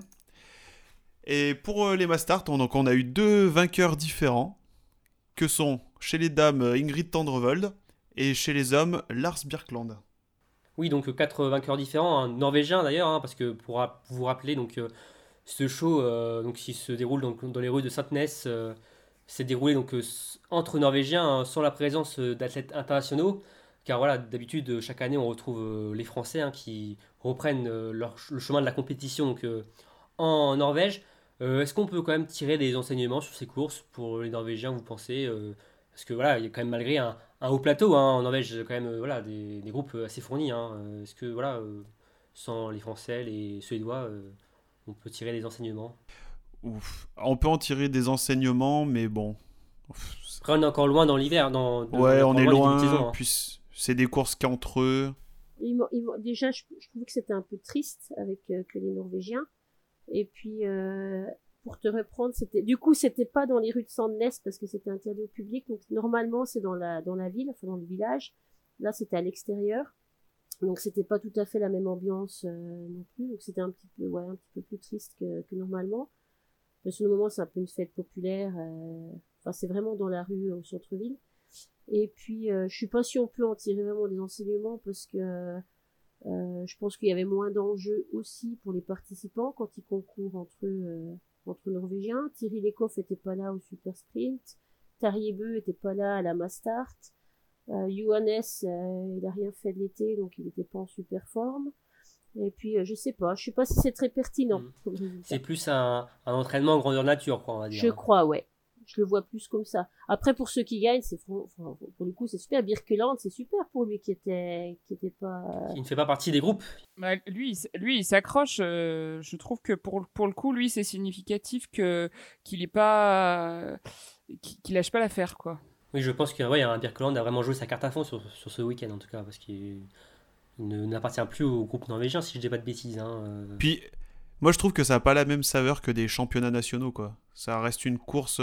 Et pour les Mastart, on a eu 2 vainqueurs différents, que sont chez les dames Ingrid Tendrevold et chez les hommes Lars Björkland. Oui, donc 4 vainqueurs différents, norvégiens d'ailleurs, parce que pour vous rappeler, ce show qui se déroule dans les rues de Saint-Ness s'est déroulé entre Norvégiens sans la présence d'athlètes internationaux, car voilà, d'habitude chaque année on retrouve les Français qui reprennent le chemin de la compétition en Norvège. Est-ce qu'on peut quand même tirer des enseignements sur ces courses pour les Norvégiens, vous pensez parce que voilà, il y a quand même malgré un haut plateau en Norvège, quand même voilà, des groupes assez fournis. Est-ce que voilà, sans les Français, les Suédois, on peut tirer des enseignements? On peut en tirer des enseignements, mais bon. Après, on est encore loin dans l'hiver. Ouais, on est loin, saison, puis c'est des courses qu'entre eux. Déjà, je trouvais que c'était un peu triste avec que les Norvégiens. Et puis, pour te reprendre, c'était pas dans les rues de Sandnes parce que c'était interdit au public. Donc, normalement, c'est dans la ville, enfin dans le village. Là, c'était à l'extérieur. Donc, c'était pas tout à fait la même ambiance non plus. Donc, c'était un petit peu plus triste que normalement. Parce que le moment, c'est un peu une fête populaire. Enfin, c'est vraiment dans la rue, au centre-ville. Et puis, je suis pas sûre on peut en tirer vraiment des enseignements parce que je pense qu'il y avait moins d'enjeux aussi pour les participants quand ils concourent entre Norvégiens. Thierry Lecoff était pas là au Super Sprint. Tarjei Bø était pas là à la Mastart. Johannes, il a rien fait de l'été, donc il n'était pas en super forme. Et puis, je sais pas si c'est très pertinent. C'est plus un entraînement en grandeur nature, quoi, on va dire. Je crois, ouais. Je le vois plus comme ça. Après, pour ceux qui gagnent, pour le coup, c'est super. Birkeland, c'est super pour lui qui était pas... Il ne fait pas partie des groupes. Bah, lui, il s'accroche. Je trouve que pour le coup, lui, c'est significatif qu'il est pas... qu'il lâche pas l'affaire, quoi. Oui, je pense que Birkeland a vraiment joué sa carte à fond sur ce week-end, en tout cas, parce qu'il n'appartient plus au groupe norvégien, si je dis pas de bêtises. Puis, moi, je trouve que ça n'a pas la même saveur que des championnats nationaux, quoi. Ça reste une course...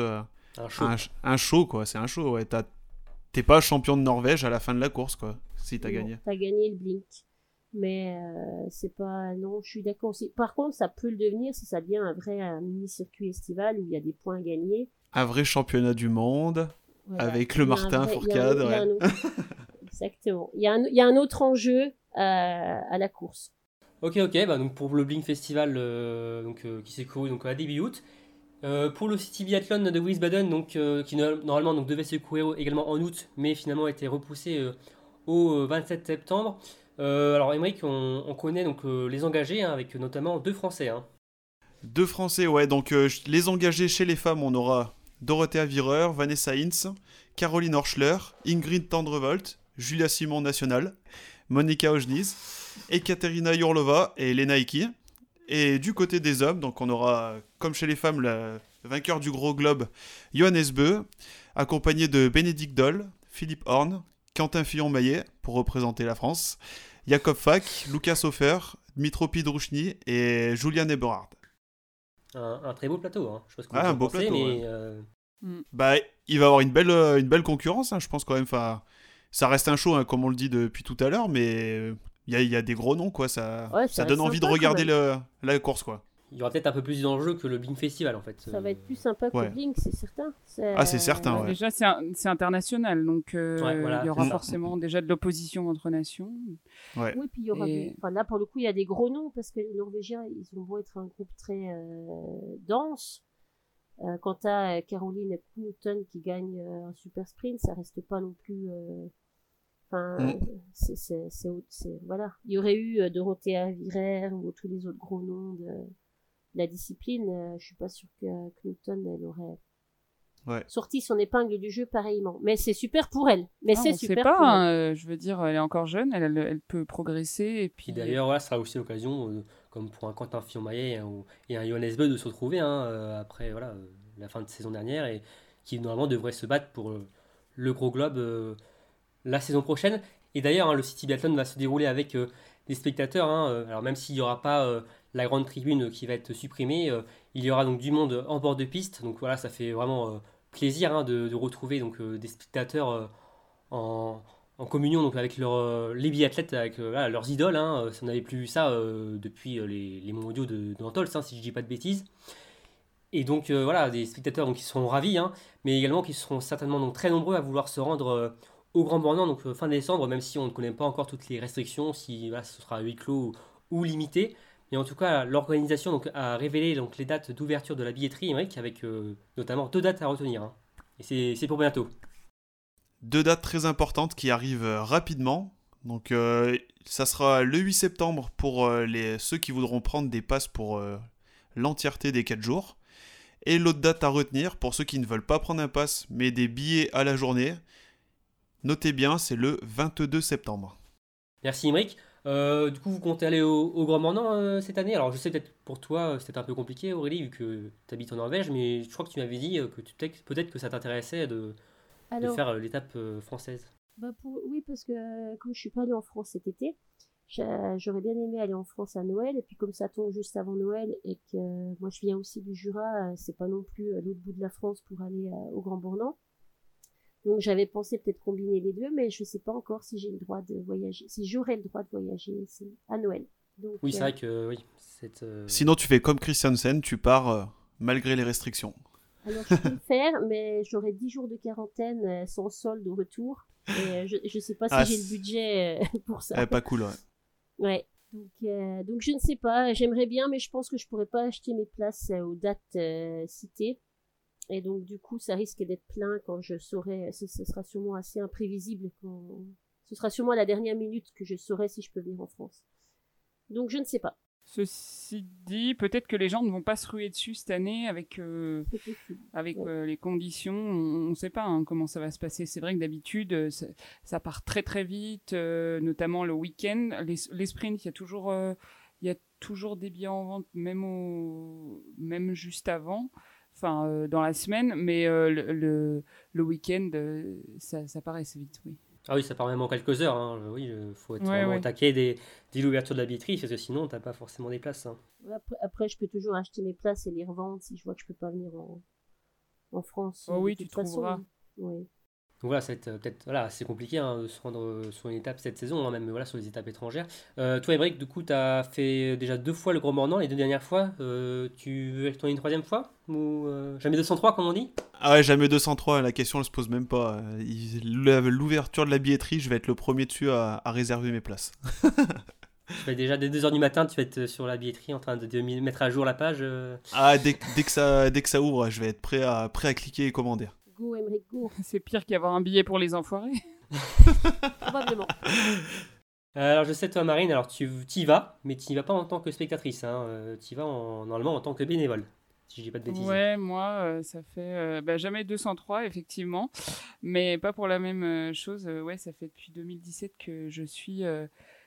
Un show, quoi. C'est un show, ouais. T'es pas champion de Norvège à la fin de la course, quoi, si t'as gagné. T'as gagné le Blink. Mais c'est pas... Non, je suis d'accord aussi. Par contre, ça peut le devenir si ça devient un mini-circuit estival où il y a des points gagnés. Un vrai championnat du monde, voilà, avec le Martin Fourcade. Exactement. Il y a un autre enjeu à la course. Ok, donc pour le Blink Festival qui s'est couru à début août. Pour le City Biathlon de Wiesbaden, qui normalement devait se courir également en août, mais finalement a été repoussé au 27 septembre. Alors Émeric, on connaît les engagés, avec notamment 2 Français. 2 Français, ouais. Donc les engagés chez les femmes, on aura Dorothea Wierer, Vanessa Hintz, Caroline Horschler, Ingrid Tendrevold, Julia Simon nationale, Monika Ojniz, Ekaterina Yurlova et Lena Iki. Et du côté des hommes, donc on aura, comme chez les femmes, le vainqueur du gros globe, Johannes Beu, accompagné de Bénédicte Doll, Philippe Horn, Quentin Fillon-Maillet, pour représenter la France, Jakob Fak, Lucas Hofer, Dmitro Pidrouchny et Julian Eberhard. Un très beau plateau, hein. Je sais pas ce que Ah, vous un en beau pensez, plateau, mais Bah, il va avoir une belle concurrence, hein, je pense quand même. Enfin, ça reste un show, hein, comme on le dit depuis tout à l'heure, mais il y a des gros noms, quoi. Ça Ça donne reste envie de sympa, quand regarder même. la course, quoi. il y aura peut-être un peu plus d'enjeux que le Bing Festival en fait. Ça va être plus sympa que Ouais. Blink, c'est certain. Ah, c'est certain, ouais. Déjà, c'est international, donc Ouais, voilà, il y aura c'est ça. forcément déjà de l'opposition entre nations. Ouais. Oui, puis il y aura enfin, là, pour le coup, il y a des gros noms, parce que les Norvégiens, ils ont beau être un groupe très dense. Quant à Caroline Knudsen qui gagne un super sprint, ça reste pas non plus. Enfin, voilà. Il y aurait eu Dorothea Virer ou tous les autres gros noms de la discipline. Je suis pas sûre que Knudsen elle aurait sorti son épingle du jeu pareillement. Mais c'est super pour elle. Mais c'est super sait pas, pour elle. je veux dire, elle est encore jeune, elle peut progresser et puis. Puis d'ailleurs, voilà, ce sera aussi l'occasion, comme pour un Quentin Fillon-Maillet et un Johannes Beu, de se retrouver après voilà, la fin de saison dernière et qui normalement devrait se battre pour le gros globe la saison prochaine. Et d'ailleurs, le City Biathlon va se dérouler avec des spectateurs. Alors même s'il n'y aura pas la grande tribune qui va être supprimée, il y aura donc du monde en bord de piste. Donc voilà, ça fait vraiment plaisir de retrouver donc, des spectateurs en, en communion donc, avec les biathlètes, avec voilà, leurs idoles. Si on n'avait plus vu ça depuis les mondiaux d'Antols, si je dis pas de bêtises. Et donc voilà, des spectateurs donc, qui seront ravis, mais également qui seront certainement donc, très nombreux à vouloir se rendre au Grand Bornand, donc fin décembre, même si on ne connaît pas encore toutes les restrictions, si voilà, ce sera à huis clos ou limité. Mais en tout cas, l'organisation donc, a révélé donc, les dates d'ouverture de la billetterie, Émeric, avec notamment 2 dates à retenir. Et c'est pour bientôt. 2 dates très importantes qui arrivent rapidement. Donc, ça sera le 8 septembre pour ceux qui voudront prendre des passes pour l'entièreté des 4 jours. Et l'autre date à retenir, pour ceux qui ne veulent pas prendre un pass, mais des billets à la journée, notez bien, c'est le 22 septembre. Merci Émeric. Du coup, vous comptez aller au Grand Bornand cette année? Alors, je sais peut-être pour toi, c'était un peu compliqué, Aurélie, vu que tu habites en Norvège, mais je crois que tu m'avais dit que peut-être que ça t'intéressait de Alors, faire l'étape française. oui, parce que comme je suis pas allée en France cet été, j'aurais bien aimé aller en France à Noël, et puis comme ça tombe juste avant Noël, et que moi je viens aussi du Jura, c'est pas non plus l'autre bout de la France pour aller au Grand Bornand. Donc j'avais pensé peut-être combiner les deux, mais je sais pas encore si j'ai le droit de voyager, si j'aurai le droit de voyager à Noël. Donc, Oui, c'est vrai que oui. Sinon, tu fais comme Christiansen, tu pars malgré les restrictions. Alors je peux le faire, mais j'aurai 10 jours de quarantaine sans solde au retour. Et je sais pas si j'ai le budget pour ça. Pas cool, ouais. Ouais. Donc je ne sais pas, j'aimerais bien, mais je pense que je pourrais pas acheter mes places aux dates citées. Et donc du coup, ça risque d'être plein quand je saurai. Ce sera sûrement assez imprévisible. Ce sera sûrement à la dernière minute que je saurai si je peux venir en France. Donc je ne sais pas. Ceci dit, peut-être que les gens ne vont pas se ruer dessus cette année avec les conditions. On ne sait pas comment ça va se passer. C'est vrai que d'habitude, ça part très très vite, notamment le week-end. Les sprints, il y a toujours des billets en vente, même juste avant. Enfin, dans la semaine, mais le week-end, ça paraît assez vite, oui. Ah oui, ça part même en quelques heures. Oui, il faut être vraiment au taquet dès l'ouverture de la billetterie, parce que sinon, t'as pas forcément des places. Après, je peux toujours acheter mes places et les revendre si je vois que je peux pas venir en France. Oh oui, tu trouveras. Oui. Donc voilà, c'est peut-être assez compliqué de se rendre sur une étape cette saison, même sur les étapes étrangères. Toi, Émeric, du coup, tu as fait déjà 2 fois le Grand Bornand, les 2 dernières fois. Tu veux retourner une 3e fois ou jamais 203, comme on dit? Ah ouais, jamais 203, la question elle se pose même pas. L'ouverture de la billetterie, je vais être le premier dessus à réserver mes places. Tu vas déjà dès 2h du matin, tu vas être sur la billetterie en train de mettre à jour la page. Ah, dès que ça ouvre, je vais être prêt à cliquer et commander. Go, Émeric, go. C'est pire qu'avoir un billet pour les enfoirés. Probablement. Alors je sais toi Marine, alors tu y vas, mais tu n'y vas pas en tant que spectatrice, tu y vas normalement en tant que bénévole, si je dis pas de bêtises. Ouais, moi ça fait jamais 203 effectivement, mais pas pour la même chose. Ouais, ça fait depuis 2017 que je suis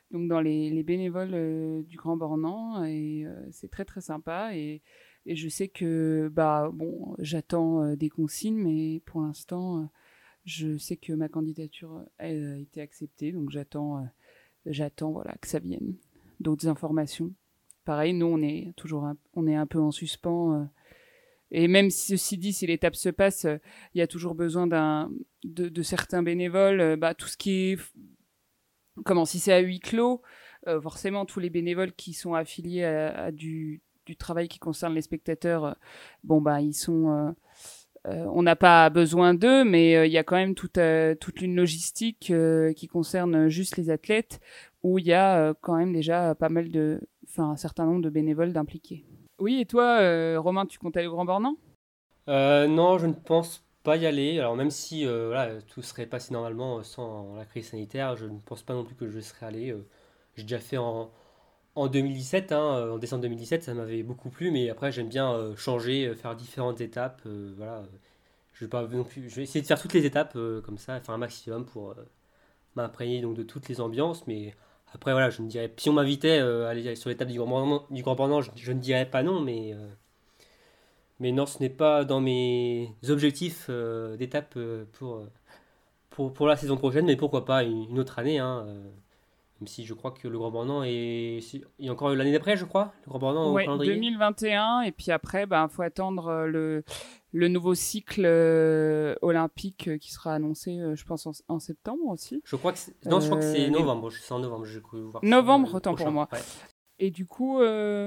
donc dans les bénévoles du Grand Bornand, et c'est très très sympa. Et je sais que bon, j'attends des consignes, mais pour l'instant, je sais que ma candidature a été acceptée, donc j'attends voilà, que ça vienne. D'autres informations. Pareil, nous, on est un peu en suspens. Et même si ceci dit, si l'étape se passe, il y a toujours besoin de certains bénévoles. Tout ce qui est... si c'est à huis clos, forcément, tous les bénévoles qui sont affiliés à du travail qui concerne les spectateurs, ils sont... on n'a pas besoin d'eux, mais il y a quand même toute une logistique qui concerne juste les athlètes, où il y a quand même déjà un certain nombre de bénévoles d'impliqués. Oui, et toi, Romain, tu comptes aller au Grand Bornand ? Non, je ne pense pas y aller. Alors même si tout serait passé normalement sans la crise sanitaire, je ne pense pas non plus que je serais allé. J'ai déjà fait en 2017, en décembre 2017, ça m'avait beaucoup plu, mais après j'aime bien changer, faire différentes étapes. Voilà, je vais pas non plus, je vais essayer de faire toutes les étapes comme ça, faire un maximum pour m'imprégner donc de toutes les ambiances. Mais après voilà, je ne dirais, si on m'invitait à aller sur l'étape du Grand Bornand, je ne dirais pas non, mais non, ce n'est pas dans mes objectifs d'étape pour la saison prochaine, mais pourquoi pas une autre année, même si je crois que le Grand Bornand il y a encore l'année d'après, je crois, le Grand Bornand au Ouais, calendrier. 2021, et puis après, faut attendre le nouveau cycle olympique qui sera annoncé, je pense, en septembre aussi. Je crois que non, je crois que c'est novembre. C'est en novembre, j'ai cru voir. Novembre, autant prochain. pour moi. Ouais. Et du coup,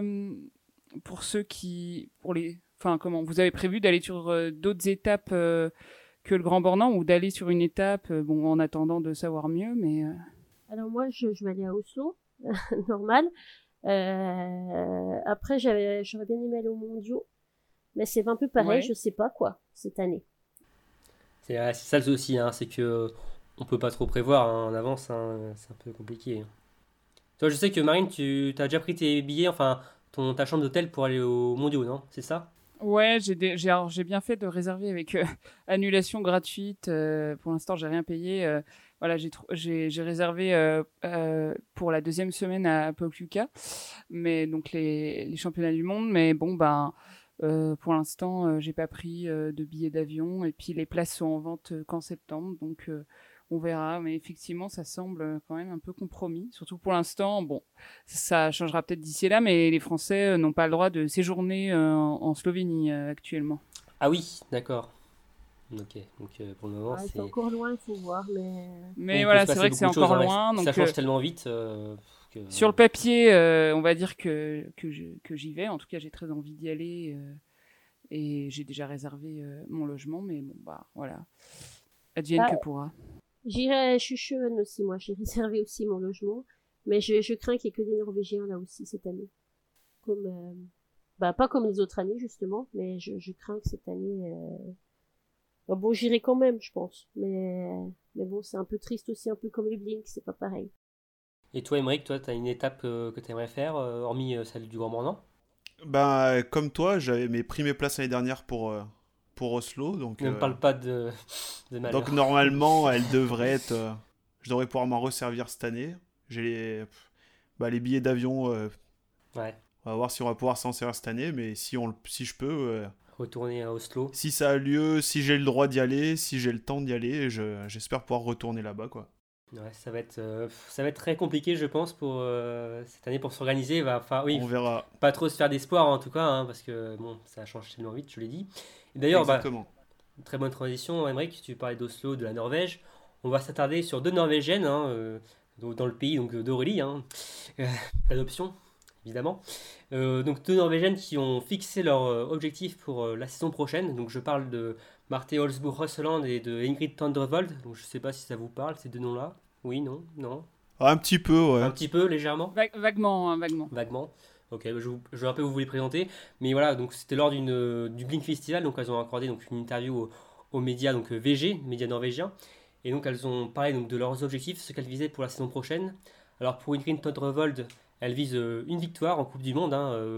vous avez prévu d'aller sur d'autres étapes que le Grand Bornand, ou d'aller sur une étape, en attendant de savoir mieux, mais... Alors moi, je vais aller à Oslo, normal. Après, j'aurais bien aimé aller aux Mondiaux, mais c'est un peu pareil, je sais pas quoi, cette année. C'est ça aussi, c'est que on peut pas trop prévoir en avance, c'est un peu compliqué. Toi, je sais que Marine, tu as déjà pris tes billets, enfin ta chambre d'hôtel pour aller aux Mondiaux, non? C'est ça? Ouais, j'ai bien fait de réserver avec annulation gratuite. Pour l'instant, j'ai rien payé. Voilà, j'ai réservé pour la deuxième semaine à Pokljuka, mais donc les championnats du monde. Mais bon, pour l'instant, j'ai pas pris de billets d'avion, et puis les places sont en vente qu'en septembre, donc on verra. Mais effectivement, ça semble quand même un peu compromis, surtout pour l'instant. Bon, ça changera peut-être d'ici là, mais les Français n'ont pas le droit de séjourner en Slovénie actuellement. Ah oui, d'accord. Ok, donc pour le moment, c'est encore loin, il faut voir, mais voilà, c'est vrai que c'est encore loin. Donc ça change tellement vite. Sur le papier, on va dire que j'y vais. En tout cas, j'ai très envie d'y aller, et j'ai déjà réservé mon logement, mais bon, voilà, advienne que pourra. J'irai, je suis jeune aussi, moi, j'ai réservé aussi mon logement, mais je crains qu'il y ait que des Norvégiens là aussi cette année. Pas comme les autres années justement, mais je crains que cette année... Bon, j'irai quand même, je pense, mais bon, c'est un peu triste aussi, un peu comme les Blink, c'est pas pareil. Et toi, Aymeric, tu as une étape que tu aimerais faire, hormis celle du Grand Bornand? Comme toi, j'avais pris mes places l'année dernière pour Oslo. Donc, ne me parle pas de malheur. Donc normalement, elle devrait être... je devrais pouvoir m'en resservir cette année. J'ai les billets d'avion. Ouais. On va voir si on va pouvoir s'en servir cette année, mais si je peux... retourner à Oslo. Si ça a lieu, si j'ai le droit d'y aller, si j'ai le temps d'y aller, j'espère pouvoir retourner là-bas, quoi. Ouais, ça va être très compliqué, je pense, pour cette année pour s'organiser. Oui, on verra. Pas trop se faire d'espoir en tout cas, parce que bon, ça change tellement vite, je l'ai dit. Et d'ailleurs, très bonne transition, Aymeric, tu parlais d'Oslo, de la Norvège. On va s'attarder sur deux Norvégiennes, dans le pays donc d'Aurélie, l'adoption, évidemment. Donc deux Norvégiennes qui ont fixé leur objectif pour la saison prochaine. Donc je parle de Marte Olsbu Rosseland et de Ingrid Tandrevold. Donc je sais pas si ça vous parle, ces deux noms-là. Oui, non. Un petit peu, ouais. Un petit peu, légèrement. Vaguement. Vaguement. Ok, je vais un peu vous les présenter. Mais voilà, donc c'était lors du Blink Festival. Donc elles ont accordé une interview aux médias, donc VG, médias norvégiens. Et donc elles ont parlé donc de leurs objectifs, ce qu'elles visaient pour la saison prochaine. Alors pour Ingrid Tandrevold, elle vise une victoire en Coupe du Monde,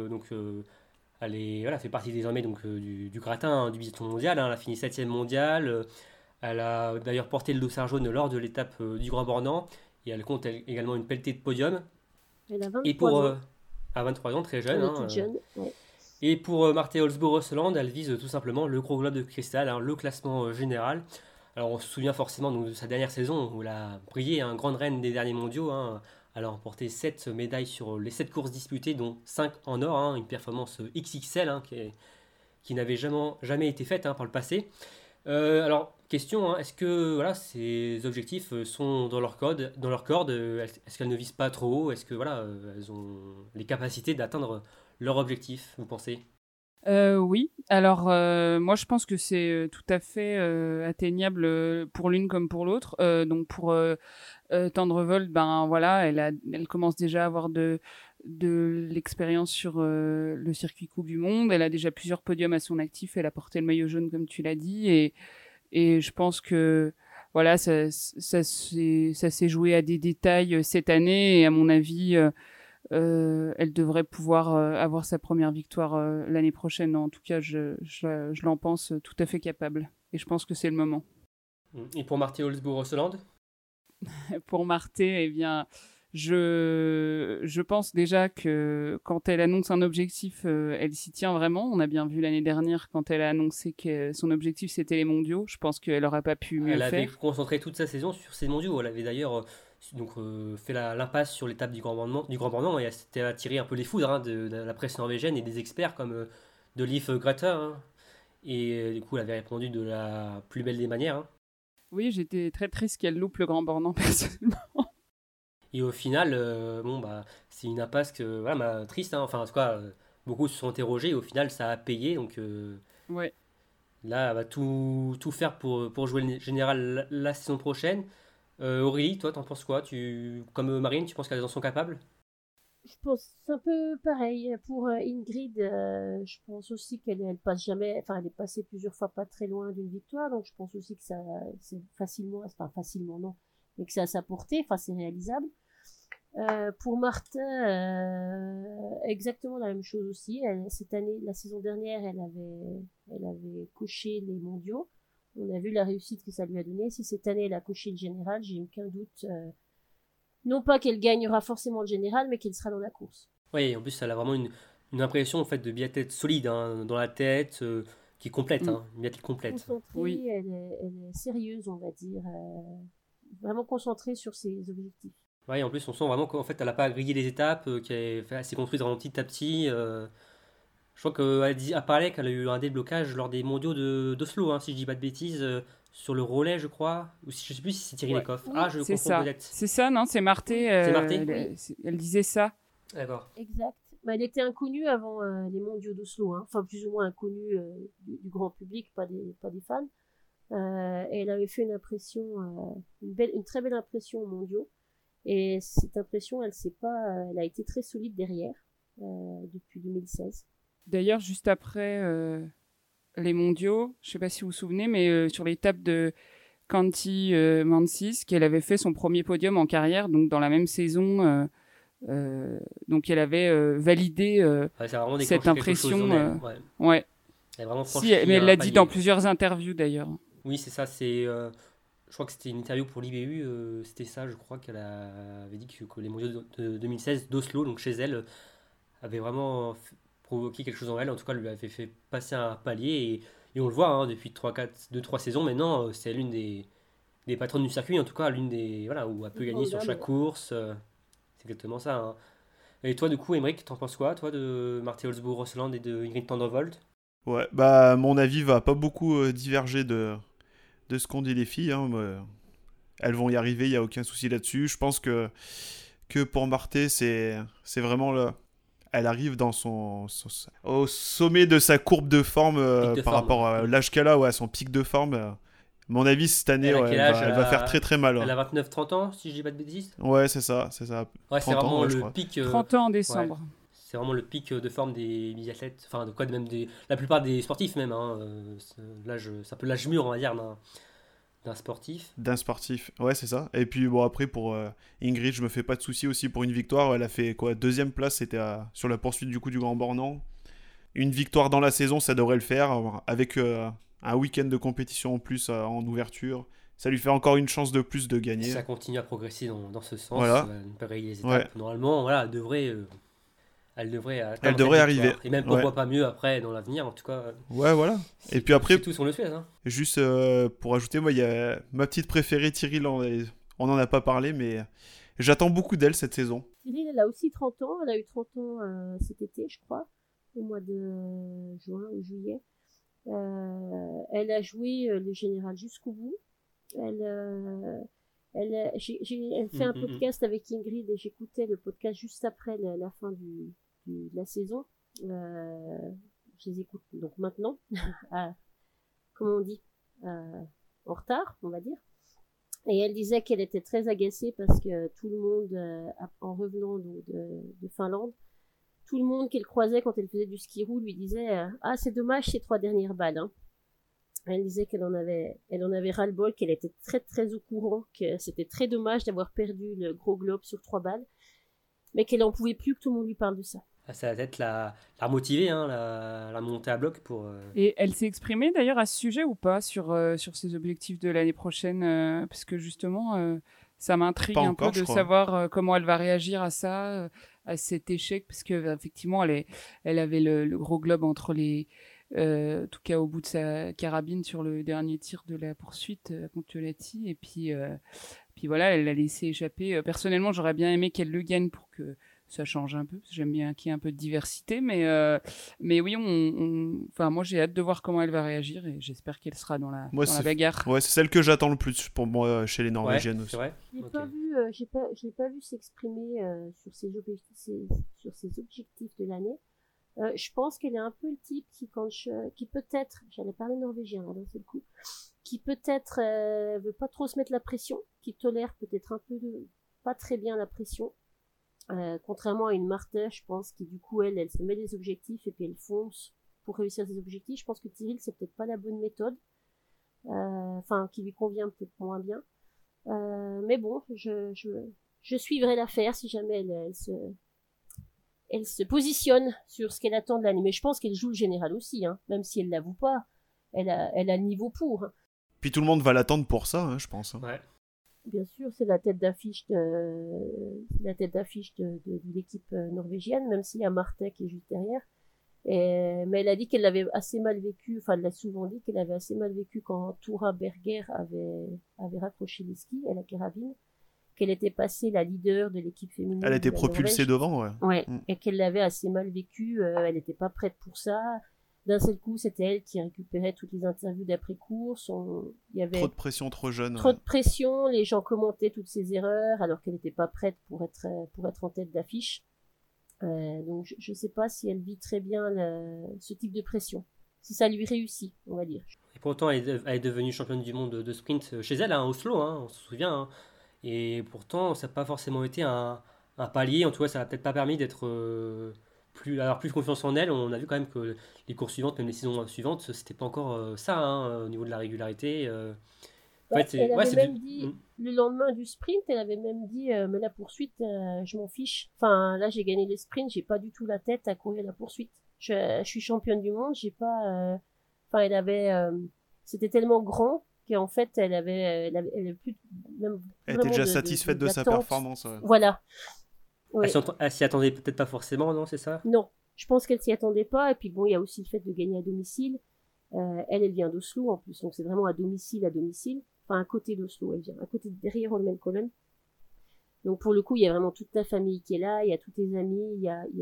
elle fait partie désormais du gratin du biathlon mondial. Elle a fini 7e mondiale. Elle a d'ailleurs porté le dossard jaune lors de l'étape du Grand Bornand. Et elle compte également une pelletée de podium. Elle a Et 23 ans. À 23 ans, très jeune. Elle est toute jeune. Ouais. Et pour Marthe Holzboe-Rosseland, elle vise tout simplement le Gros Globe de Cristal, le classement général. Alors on se souvient forcément donc, de sa dernière saison où elle a brillé, grande reine des derniers mondiaux. Elle a remporté 7 médailles sur les 7 courses disputées, dont 5 en or, une performance XXL qui n'avait jamais été faite par le passé. Alors, question, est-ce que voilà, ces objectifs sont dans leur corde, est-ce qu'elles ne visent pas trop haut, est-ce que voilà, elles ont les capacités d'atteindre leur objectif, vous pensez? Oui, alors moi je pense que c'est tout à fait atteignable pour l'une comme pour l'autre. Donc pour Tendrevold, ben voilà, elle commence déjà à avoir de l'expérience sur le circuit Coupe du Monde. Elle a déjà plusieurs podiums à son actif. Elle a porté le maillot jaune comme tu l'as dit, et je pense que voilà, ça s'est joué à des détails cette année, et à mon avis. Elle devrait pouvoir avoir sa première victoire l'année prochaine. En tout cas, je l'en pense tout à fait capable. Et je pense que c'est le moment. Et pour Marthe Holzboe-Rosseland? Pour Marthe, eh bien, je pense déjà que quand elle annonce un objectif, elle s'y tient vraiment. On a bien vu l'année dernière quand elle a annoncé que son objectif c'était les mondiaux. Je pense qu'elle n'aurait pas pu mieux faire. Elle avait concentré toute sa saison sur ces mondiaux. Elle avait d'ailleurs fait l'impasse sur l'étape du Grand Bornand, et elle s'était attiré un peu les foudres de la presse norvégienne et des experts comme de Liv Grete. Et du coup, elle avait répondu de la plus belle des manières. Oui, j'étais très triste qu'elle loupe le Grand Bornand personnellement. Et au final, c'est une impasse triste. Enfin, en tout cas, beaucoup se sont interrogés. Et au final, ça a payé. Donc ouais. là, elle va tout faire pour jouer le général la saison prochaine. Aurélie, toi, t'en penses quoi? Comme Marine, tu penses qu'elles en sont capables? Je pense un peu pareil pour Ingrid. Je pense aussi qu'elle passe jamais. Enfin, elle est passée plusieurs fois pas très loin d'une victoire, donc je pense aussi que ça, c'est facilement, enfin facilement non, mais que c'est à sa portée. Enfin, c'est réalisable. Pour Martin, exactement la même chose aussi. Cette année, la saison dernière, elle avait coché les mondiaux. On a vu la réussite que ça lui a donné. Si cette année elle a coché le général, j'ai aucun doute. Non pas qu'elle gagnera forcément le général, mais qu'elle sera dans la course. Oui, en plus, elle a vraiment une impression en fait, de biathlète solide dans la tête, qui est complète, une biathlète complète. Concentrée, oui. Elle est sérieuse, on va dire. Vraiment concentrée sur ses objectifs. Oui, en plus, on sent vraiment qu'en fait, elle n'a pas grillé les étapes, qu'elle s'est construite vraiment petit à petit. Je crois qu'elle parlait qu'elle a eu un déblocage lors des mondiaux d'Oslo, si je dis pas de bêtises, sur le relais, je crois. Ou je sais plus si c'est Thierry Lecoff. Oui, je c'est confonds ça. peut-être. C'est ça, non? C'est Marthe. C'est Marthe, elle disait ça. D'accord. Exact. Elle était inconnue avant les mondiaux d'Oslo, enfin plus ou moins inconnue du grand public, pas des fans. Et elle avait fait une impression, une très belle impression aux mondiaux. Et cette impression, elle a été très solide derrière depuis 2016. D'ailleurs, juste après les mondiaux, je ne sais pas si vous vous souvenez, mais sur l'étape de Känti Mansis, qu'elle avait fait son premier podium en carrière, donc dans la même saison. Donc elle avait validé cette impression. Ouais. Elle a vraiment mais elle l'a dit dans plusieurs interviews d'ailleurs. Oui, c'est ça. Je crois que c'était une interview pour l'IBU. C'était ça, je crois qu'elle avait dit que les mondiaux de 2016 d'Oslo, donc chez elle, avaient vraiment provoqué quelque chose en elle. En tout cas, elle lui avait fait passer un palier. Et on le voit depuis 2-3 saisons maintenant. C'est l'une des patronnes du circuit. En tout cas, l'une des. Voilà, où elle peut gagner sur chaque course. C'est exactement ça. Et toi, du coup, Aymeric, t'en penses quoi, toi, de Marthe Holzboe-Rosseland et de Ingrid Tendrevold? Ouais, mon avis va pas beaucoup diverger de ce qu'ont dit les filles. Elles vont y arriver, il n'y a aucun souci là-dessus. Je pense que pour Marthe, c'est vraiment là. Elle arrive au sommet de sa courbe de forme rapport à l'âge qu'elle a, à son pic de forme. Mon avis, cette année, elle va faire très très mal. Elle a 29-30 ans, si je dis pas de bêtises. Ouais, c'est ça. Ouais, c'est vraiment le pic. 30 ans en décembre. Ouais. C'est vraiment le pic de forme des biathlètes, enfin même la plupart des sportifs même. C'est un peu l'âge mûr, on va dire, d'un sportif. D'un sportif, ouais, c'est ça. Et puis après pour Ingrid, je me fais pas de soucis aussi pour une victoire. Elle a fait quoi, 2e place, c'était sur la poursuite du Grand Bornand. Une victoire dans la saison, ça devrait le faire avec un week-end de compétition en plus en ouverture. ça lui fait encore une chance de plus de gagner. Si ça continue à progresser dans ce sens, Voilà. ne pas régler les étapes. Normalement, voilà, elle devrait Elle devrait arriver. Et même pourquoi pas mieux après dans l'avenir, en tout cas. Ouais, voilà. Et puis après, tous on le souhaite. Hein. Juste pour ajouter, moi, il y a ma petite préférée, Tyrrell, on n'en a pas parlé, mais j'attends beaucoup d'elle cette saison. Tyrrell, elle a aussi 30 ans. Elle a eu 30 ans cet été, je crois, au mois de juin ou juillet. Elle a joué le général jusqu'au bout. Elle fait un podcast avec Ingrid et j'écoutais le podcast juste après la fin de la saison. Je les écoute donc maintenant, comment on dit, en retard, on va dire. Et elle disait qu'elle était très agacée parce que tout le monde, en revenant de Finlande, tout le monde qu'elle croisait quand elle faisait du ski roue lui disait ah, c'est dommage ces 3 dernières balles. Hein. Elle disait qu'elle en avait ras-le-bol, qu'elle était très très au courant, que c'était très dommage d'avoir perdu le gros globe sur 3 balles, mais qu'elle en pouvait plus que tout le monde lui parle de ça. Ça va peut-être la remotiver, hein, la montée à bloc pour. Et elle s'est exprimée d'ailleurs à ce sujet ou pas sur ses objectifs de l'année prochaine, parce que justement ça m'intrigue un peu de savoir comment elle va réagir à ça, à cet échec, parce que effectivement elle avait le gros globe entre les en tout cas au bout de sa carabine sur le dernier tir de la poursuite à Kontiolahti, et puis voilà, elle l'a laissé échapper. Personnellement, j'aurais bien aimé qu'elle le gagne pour que ça change un peu, parce que j'aime bien qu'il y ait un peu de diversité, mais oui, enfin, moi j'ai hâte de voir comment elle va réagir, et j'espère qu'elle sera dans la bagarre. Ouais, c'est celle que j'attends le plus pour moi chez les Norvégiennes aussi. C'est vrai. Je l'ai pas vu s'exprimer sur ses objectifs de l'année. Je pense qu'elle est un peu le type qui peut-être, j'allais parler norvégien d'un seul coup, qui peut-être veut pas trop se mettre la pression, qui tolère peut-être un peu pas très bien la pression. Contrairement à une Marthe, je pense, qui du coup elle se met des objectifs et puis elle fonce pour réussir ses objectifs. Je pense que Tyrrell, c'est peut-être pas la bonne méthode, enfin qui lui convient peut-être moins bien. Mais bon, je suivrai l'affaire si jamais elle se positionne sur ce qu'elle attend de l'année. Mais je pense qu'elle joue le général aussi, hein, même si elle l'avoue pas. Elle a le niveau pour. Hein. Puis tout le monde va l'attendre pour ça, hein, je pense. Hein. Ouais. Bien sûr, c'est la tête d'affiche de l'équipe norvégienne, même s'il y a Marthe qui est juste derrière. Mais elle a dit qu'elle l'avait assez mal vécu, enfin elle l'a souvent dit qu'elle avait assez mal vécu quand Tora Berger avait raccroché les skis à la carabine, qu'elle était passée la leader de l'équipe féminine. Elle était propulsée devant, ouais. Ouais, et qu'elle l'avait assez mal vécu, elle n'était pas prête pour ça. D'un seul coup, c'était elle qui récupérait toutes les interviews d'après-course. Il y avait trop de pression, trop jeune. Trop de pression, les gens commentaient toutes ses erreurs alors qu'elle n'était pas prête pour être en tête d'affiche. Donc je ne sais pas si elle vit très bien ce type de pression. Si ça lui réussit, on va dire. Et pourtant, elle est devenue championne du monde de sprint chez elle, à Oslo, hein, on se souvient. Hein. Et pourtant, ça n'a pas forcément été un palier. En tout cas, ça n'a peut-être pas permis d'être... avoir plus confiance en elle. On a vu quand même que les courses suivantes, même les saisons suivantes, c'était pas encore ça, hein, au niveau de la régularité. En fait, elle avait même dit, le lendemain du sprint, elle avait même dit mais la poursuite, je m'en fiche. Enfin, là, j'ai gagné les sprints, j'ai pas du tout la tête à courir la poursuite. Je suis championne du monde, j'ai pas... Enfin, elle avait... c'était tellement grand qu'en fait, elle avait plus... Elle était déjà satisfaite de sa performance. Ouais. Voilà. Ouais. Elle s'y attendait peut-être pas forcément, non, c'est ça ? Non, je pense qu'elle s'y attendait pas. Et puis bon, il y a aussi le fait de gagner à domicile. Elle vient d'Oslo en plus, donc c'est vraiment à domicile. Enfin, à côté d'Oslo, elle vient, à côté derrière Holmenkollen. Donc pour le coup, il y a vraiment toute ta famille qui est là, il y a tous tes amis,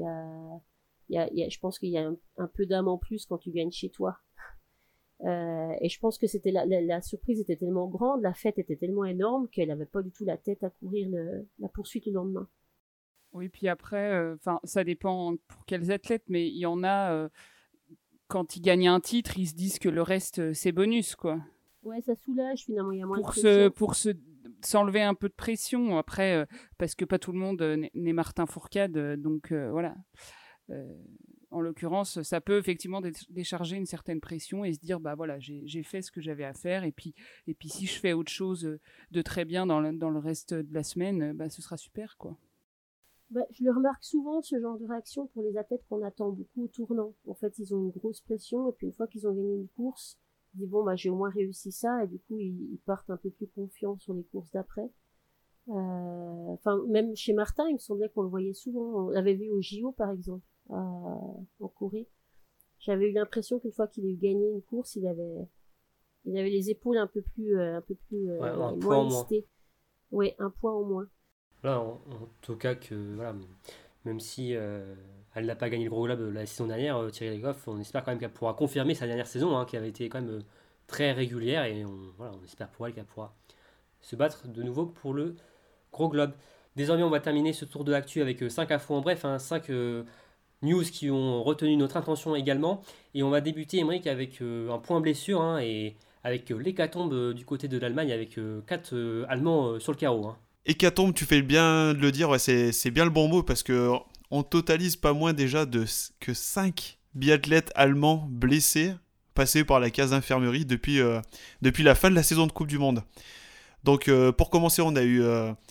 je pense qu'il y a un peu d'âme en plus quand tu gagnes chez toi. Et je pense que c'était la surprise était tellement grande, la fête était tellement énorme qu'elle n'avait pas du tout la tête à courir la poursuite le lendemain. Oui, puis après, ça dépend pour quels athlètes, mais il y en a, quand ils gagnent un titre, ils se disent que le reste, c'est bonus, quoi. Ouais, ça soulage, finalement, il y a moins de pression. Pour s'enlever un peu de pression, après, parce que pas tout le monde n'est Martin Fourcade, donc voilà. En l'occurrence, ça peut effectivement décharger une certaine pression et se dire, bah voilà, j'ai fait ce que j'avais à faire, et puis si je fais autre chose de très bien dans le reste de la semaine, bah ce sera super, quoi. Bah, je le remarque souvent, ce genre de réaction pour les athlètes qu'on attend beaucoup au tournant. En fait, ils ont une grosse pression et puis une fois qu'ils ont gagné une course, Ils disent bon bah j'ai au moins réussi ça et du coup ils partent un peu plus confiants sur les courses d'après. Enfin même chez Martin, il me semblait qu'on le voyait souvent. On l'avait vu au JO par exemple, en Corée. J'avais eu l'impression qu'une fois qu'il a eu gagné une course, il avait les épaules un peu plus un point moins en moins. listées. Ouais, un point en moins. Voilà, en tout cas, voilà, même si elle n'a pas gagné le Gros Globe la saison dernière, Thierry Legoff, on espère quand même qu'elle pourra confirmer sa dernière saison, hein, qui avait été quand même très régulière, et on espère pour elle qu'elle pourra se battre de nouveau pour le Gros Globe. Désormais, on va terminer ce tour de l'actu avec 5 infos en bref, 5 news qui ont retenu notre attention également. Et on va débuter, Émeric, avec un point blessure, hein, et avec l'hécatombe du côté de l'Allemagne, avec 4 Allemands sur le carreau. Hein. Hécatombe, tu fais bien de le dire, ouais, c'est bien le bon mot parce que on totalise pas moins déjà que 5 biathlètes allemands blessés passés par la case d'infirmerie depuis la fin de la saison de Coupe du Monde. Donc pour commencer, on a eu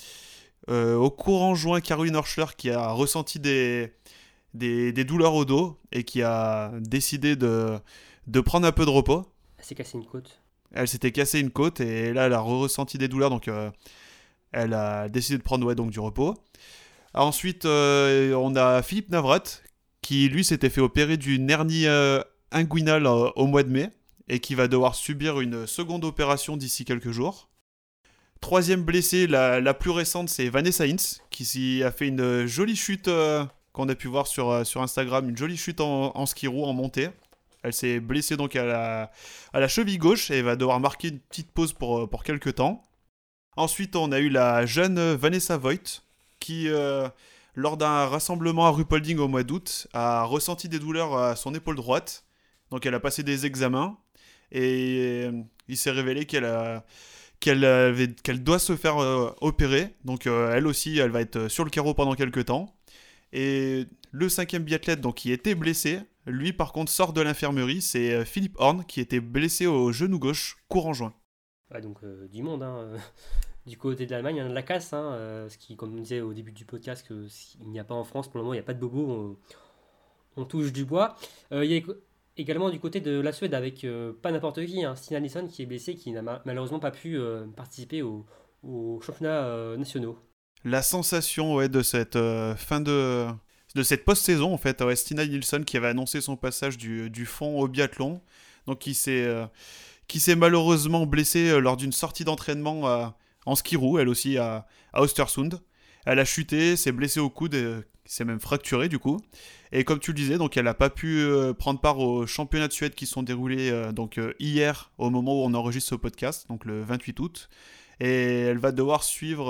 au courant juin Caroline Horschler qui a ressenti des douleurs au dos et qui a décidé de prendre un peu de repos. Elle s'est cassée une côte. Elle s'était cassée une côte et là elle a ressenti des douleurs, donc elle a décidé de prendre donc du repos. Ensuite, on a Philippe Navrat qui lui s'était fait opérer d'une hernie inguinale au mois de mai et qui va devoir subir une seconde opération d'ici quelques jours. Troisième blessée, la plus récente, c'est Vanessa Hintz qui a fait une jolie chute qu'on a pu voir sur Instagram, une jolie chute en ski roue en montée. Elle s'est blessée donc à la cheville gauche et va devoir marquer une petite pause pour quelques temps. Ensuite, on a eu la jeune Vanessa Voigt qui, lors d'un rassemblement à Ruhpolding au mois d'août, a ressenti des douleurs à son épaule droite. Donc elle a passé des examens et il s'est révélé qu'elle doit se faire opérer. Donc elle aussi, elle va être sur le carreau pendant quelques temps. Et le 5e biathlète donc, qui était blessé, lui par contre sort de l'infirmerie, c'est Philippe Horn qui était blessé au genou gauche courant juin. Ouais, donc du monde, hein, du côté de l'Allemagne, il y en a de la casse, hein, ce qui, comme on disait au début du podcast, il n'y a pas en France, pour le moment il n'y a pas de bobo, on touche du bois. Il y a également du côté de la Suède avec pas n'importe qui, hein, Stina Nilsson qui est blessé, qui n'a malheureusement pas pu participer aux championnats nationaux. La sensation de cette fin de cette post-saison, en fait, Stina Nilsson qui avait annoncé son passage du fond au biathlon, donc qui s'est malheureusement blessée lors d'une sortie d'entraînement en ski roue, elle aussi à Östersund. Elle a chuté, s'est blessée au coude, s'est même fracturée du coup. Et comme tu le disais, donc elle n'a pas pu prendre part aux championnats de Suède qui sont déroulés hier au moment où on enregistre ce podcast, donc le 28 août. Et elle va devoir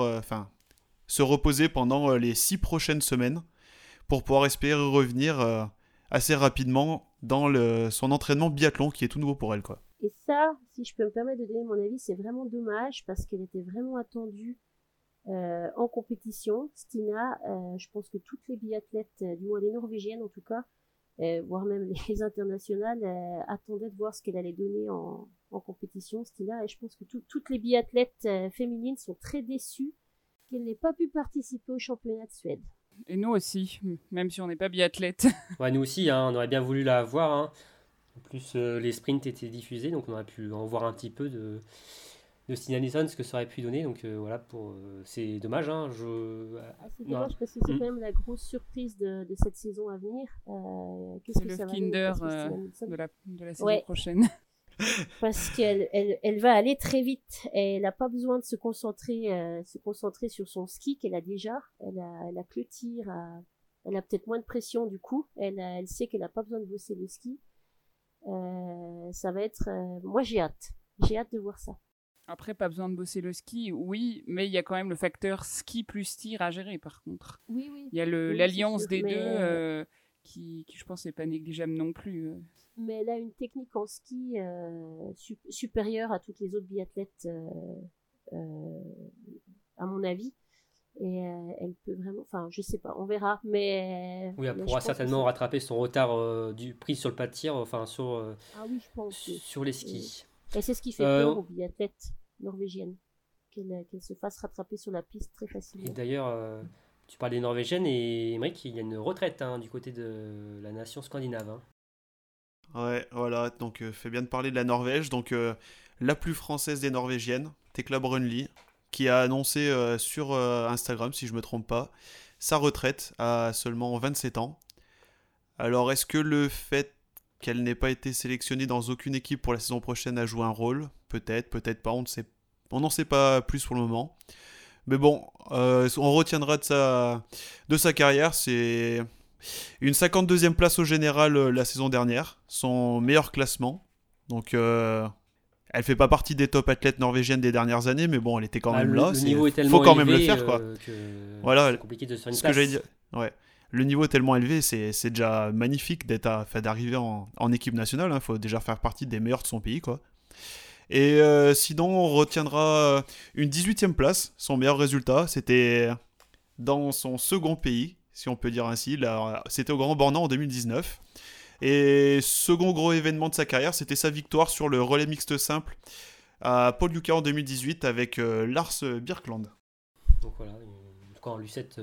se reposer pendant les 6 prochaines semaines pour pouvoir espérer revenir assez rapidement dans son entraînement biathlon qui est tout nouveau pour elle, quoi. Et ça, si je peux me permettre de donner mon avis, c'est vraiment dommage parce qu'elle était vraiment attendue en compétition. Stina, je pense que toutes les biathlètes, du moins les norvégiennes en tout cas, voire même les internationales, attendaient de voir ce qu'elle allait donner en compétition, Stina. Et je pense que toutes les biathlètes féminines sont très déçues qu'elle n'ait pas pu participer au championnat de Suède. Et nous aussi, même si on n'est pas biathlète. Ouais, nous aussi, hein, on aurait bien voulu la voir. Hein. En plus, les sprints étaient diffusés, donc on aurait pu en voir un petit peu de Stina Nilsson, ce que ça aurait pu donner. Donc voilà, c'est dommage. Hein, c'est dommage parce que c'est quand même la grosse surprise de cette saison à venir. C'est le Kinder de la saison prochaine. Parce qu'elle va aller très vite. Elle n'a pas besoin de se concentrer sur son ski qu'elle a déjà. Elle a que le tir. Elle a peut-être moins de pression du coup. Elle sait qu'elle n'a pas besoin de bosser le ski. Ça va être... moi j'ai hâte. J'ai hâte de voir ça. Après, pas besoin de bosser le ski, oui, mais il y a quand même le facteur ski plus tir à gérer par contre. Oui. Il y a l'alliance des deux qui, je pense, n'est pas négligeable non plus. Mais elle a une technique en ski supérieure à toutes les autres biathlètes, à mon avis. Et elle peut vraiment... Enfin, je sais pas, on verra. Mais oui, elle pourra certainement rattraper son retard pris sur le pas de tir, je pense sur les skis. Et c'est ce qui fait peur aux biathlètes norvégiennes, qu'elles se fassent rattraper sur la piste très facilement. Et d'ailleurs, tu parles des Norvégiennes et Émeric, il y a une retraite du côté de la nation scandinave. Hein. Ouais, voilà, donc fait bien de parler de la Norvège. Donc la plus française des Norvégiennes, Tekla Brunli, qui a annoncé sur Instagram, si je me trompe pas, sa retraite à seulement 27 ans. Alors est-ce que le fait qu'elle n'ait pas été sélectionnée dans aucune équipe pour la saison prochaine a joué un rôle? Peut-être, peut-être pas, on n'en sait pas plus pour le moment. Mais bon, on retiendra de sa carrière, c'est une 52e place au général la saison dernière, son meilleur classement. Donc elle fait pas partie des top athlètes norvégiennes des dernières années, mais bon, elle était quand même là. Le niveau est tellement faut quand élevé même le faire, quoi. que Voilà, c'est compliqué de se faire une ce place. que j'allais dire. Ouais. Le niveau est tellement élevé, c'est déjà magnifique d'arriver en équipe nationale. Il faut déjà faire partie des meilleurs de son pays, quoi. Et sinon, on retiendra une 18e place, son meilleur résultat. C'était dans son second pays, si on peut dire ainsi. Là, c'était au Grand Bornand en 2019. Et second gros événement de sa carrière, c'était sa victoire sur le relais mixte simple à Paul Yuka en 2018 avec Lars Birkland. Donc voilà, en tout cas, on lui souhaite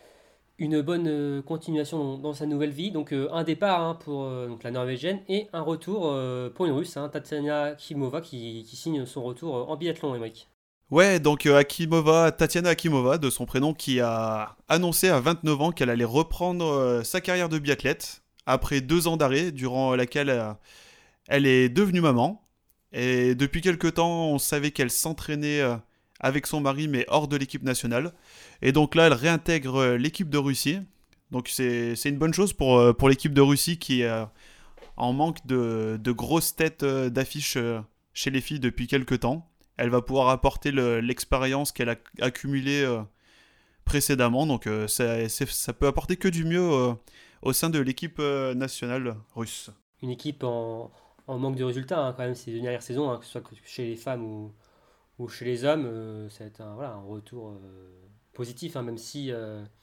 une bonne continuation dans sa nouvelle vie. Donc un départ pour donc la Norvégienne et un retour pour une Russe, Tatiana Akimova, qui signe son retour en biathlon, Émeric. Ouais, donc Tatiana Akimova, de son prénom, qui a annoncé à 29 ans qu'elle allait reprendre sa carrière de biathlète après 2 ans d'arrêt, durant laquelle elle est devenue maman. Et depuis quelques temps, on savait qu'elle s'entraînait avec son mari, mais hors de l'équipe nationale. Et donc là, elle réintègre l'équipe de Russie. Donc c'est une bonne chose pour l'équipe de Russie qui est en manque de grosses têtes d'affiche chez les filles depuis quelques temps. Elle va pouvoir apporter l'expérience qu'elle a accumulée précédemment. Donc ça peut apporter que du mieux au sein de l'équipe nationale russe. Une équipe en manque de résultats quand même ces dernières saisons, que ce soit chez les femmes ou chez les hommes, ça va être un retour positif, même si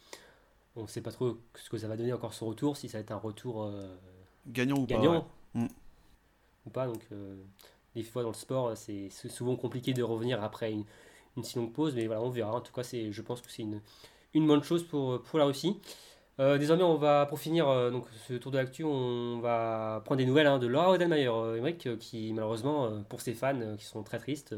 on ne sait pas trop ce que ça va donner encore son retour, si ça va être un retour gagnant ou pas. Ouais. Ou pas. Donc des fois dans le sport, c'est souvent compliqué de revenir après une si longue pause, mais voilà, on verra. En tout cas, je pense que c'est une bonne chose pour la Russie. Désormais, pour finir donc ce tour de l'actu, on va prendre des nouvelles de Laura Odelmeyer, Émeric, qui malheureusement, pour ses fans qui sont très tristes,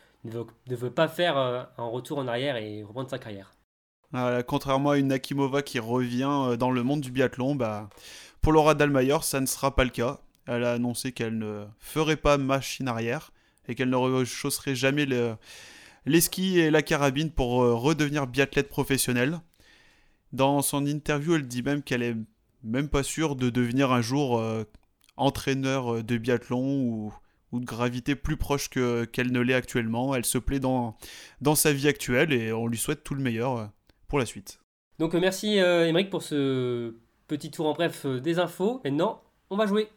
ne veut pas faire un retour en arrière et reprendre sa carrière. Contrairement à une Akimova qui revient dans le monde du biathlon, pour Laura Dahlmeier, ça ne sera pas le cas. Elle a annoncé qu'elle ne ferait pas machine arrière et qu'elle ne rechausserait jamais les skis et la carabine pour redevenir biathlète professionnelle. Dans son interview, elle dit même qu'elle est même pas sûre de devenir un jour entraîneur de biathlon ou de gravité plus proche qu'elle ne l'est actuellement. Elle se plaît dans sa vie actuelle et on lui souhaite tout le meilleur pour la suite. Donc merci Émeric pour ce petit tour en bref des infos. Maintenant, on va jouer.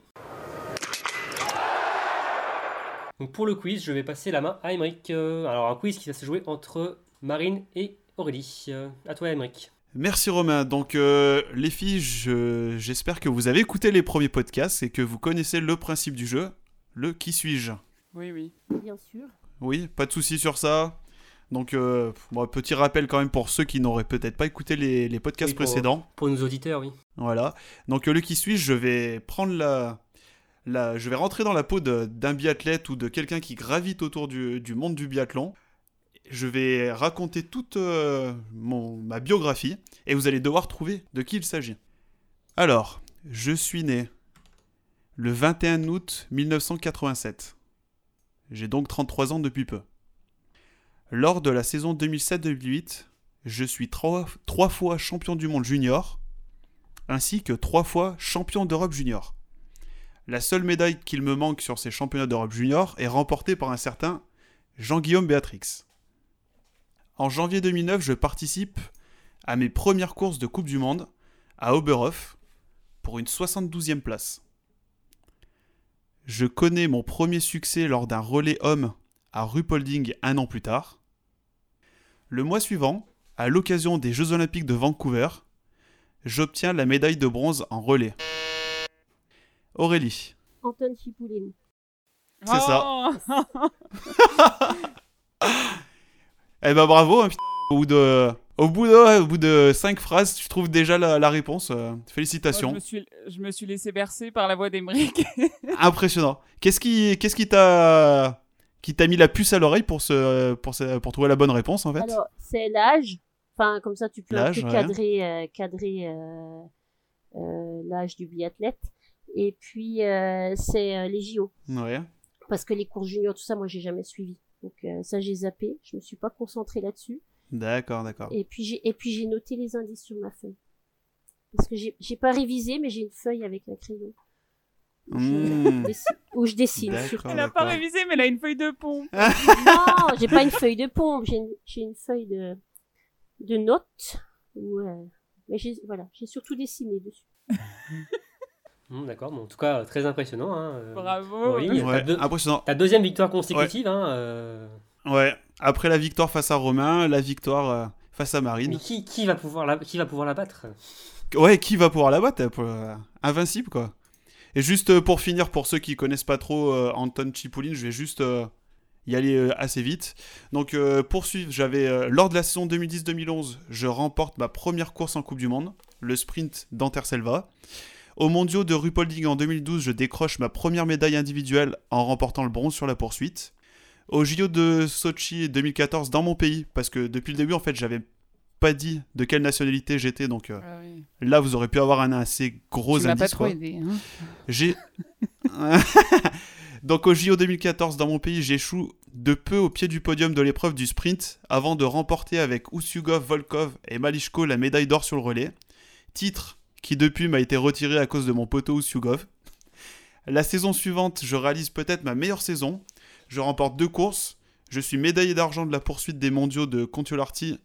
Donc pour le quiz, je vais passer la main à Émeric. Alors un quiz qui va se jouer entre Marine et Aurélie. À toi Émeric. Merci Romain. Donc les filles, j'espère que vous avez écouté les premiers podcasts et que vous connaissez le principe du jeu, le qui suis-je. Oui. Bien sûr. Oui, pas de souci sur ça. Donc petit rappel quand même pour ceux qui n'auraient peut-être pas écouté les podcasts précédents. Pour nos auditeurs, oui. Voilà. Donc le qui suis-je, je vais prendre je vais rentrer dans la peau d'un biathlète ou de quelqu'un qui gravite autour du monde du biathlon. Je vais raconter toute ma biographie et vous allez devoir trouver de qui il s'agit. Alors, je suis né le 21 août 1987. J'ai donc 33 ans depuis peu. Lors de la saison 2007-2008, je suis 3 fois champion du monde junior, ainsi que 3 fois champion d'Europe junior. La seule médaille qu'il me manque sur ces championnats d'Europe junior est remportée par un certain Jean-Guillaume Béatrix. En janvier 2009, je participe à mes premières courses de Coupe du Monde à Oberhof pour une 72e place. Je connais mon premier succès lors d'un relais homme à Ruhpolding 1 an plus tard. Le mois suivant, à l'occasion des Jeux Olympiques de Vancouver, j'obtiens la médaille de bronze en relais. Aurélie. Anton Chipoulin. C'est ça. Eh ben bravo, au bout Au bout de 5 phrases, tu trouves déjà la réponse. Félicitations. Moi, je me suis laissé bercer par la voix d'Emeric. Impressionnant. Qu'est-ce qui t'a mis la puce à l'oreille pour trouver la bonne réponse en fait? Alors, c'est l'âge. Enfin, comme ça, tu peux un peu L'âge, cadrer l'âge du biathlète. Et puis, c'est les JO. Ouais. Parce que les courses juniors, tout ça, moi, j'ai jamais suivi. Donc, ça, j'ai zappé. Je me suis pas concentrée là-dessus. D'accord. Et puis, j'ai noté les indices sur ma feuille. Parce que j'ai pas révisé, mais j'ai une feuille avec un crayon. Où je dessine. Elle a pas révisé, mais elle a une feuille de pompe. Non, j'ai pas une feuille de pompe. J'ai une feuille de notes. Mais j'ai surtout dessiné dessus. D'accord, bon, en tout cas, très impressionnant. Hein. Bravo. Oui, impressionnant. Ta deuxième victoire consécutive. Hein, Ouais, après la victoire face à Romain, la victoire face à Marine. Mais qui va pouvoir la battre? Ouais, qui va pouvoir la battre? Invincible, quoi. Et juste pour finir, pour ceux qui connaissent pas trop Anton Chipoulin, je vais juste y aller assez vite. Donc, poursuivre, lors de la saison 2010-2011, je remporte ma première course en Coupe du Monde, le sprint d'Anterselva. Aux mondiaux de Ruhpolding en 2012, je décroche ma première médaille individuelle en remportant le bronze sur la poursuite. Au JO de Sochi 2014 dans mon pays, parce que depuis le début, en fait, j'avais pas dit de quelle nationalité j'étais, donc oui. Là, vous aurez pu avoir un assez gros tu indice. Tu m'as pas trop aidé. Hein. Donc au JO 2014 dans mon pays, j'échoue de peu au pied du podium de l'épreuve du sprint, avant de remporter avec Usyugov, Volkov et Malichko la médaille d'or sur le relais. Titre qui depuis m'a été retiré à cause de mon poteau Usyugov. La saison suivante, je réalise peut-être ma meilleure saison. Je remporte 2 courses. Je suis médaillé d'argent de la poursuite des mondiaux de Kontiolahti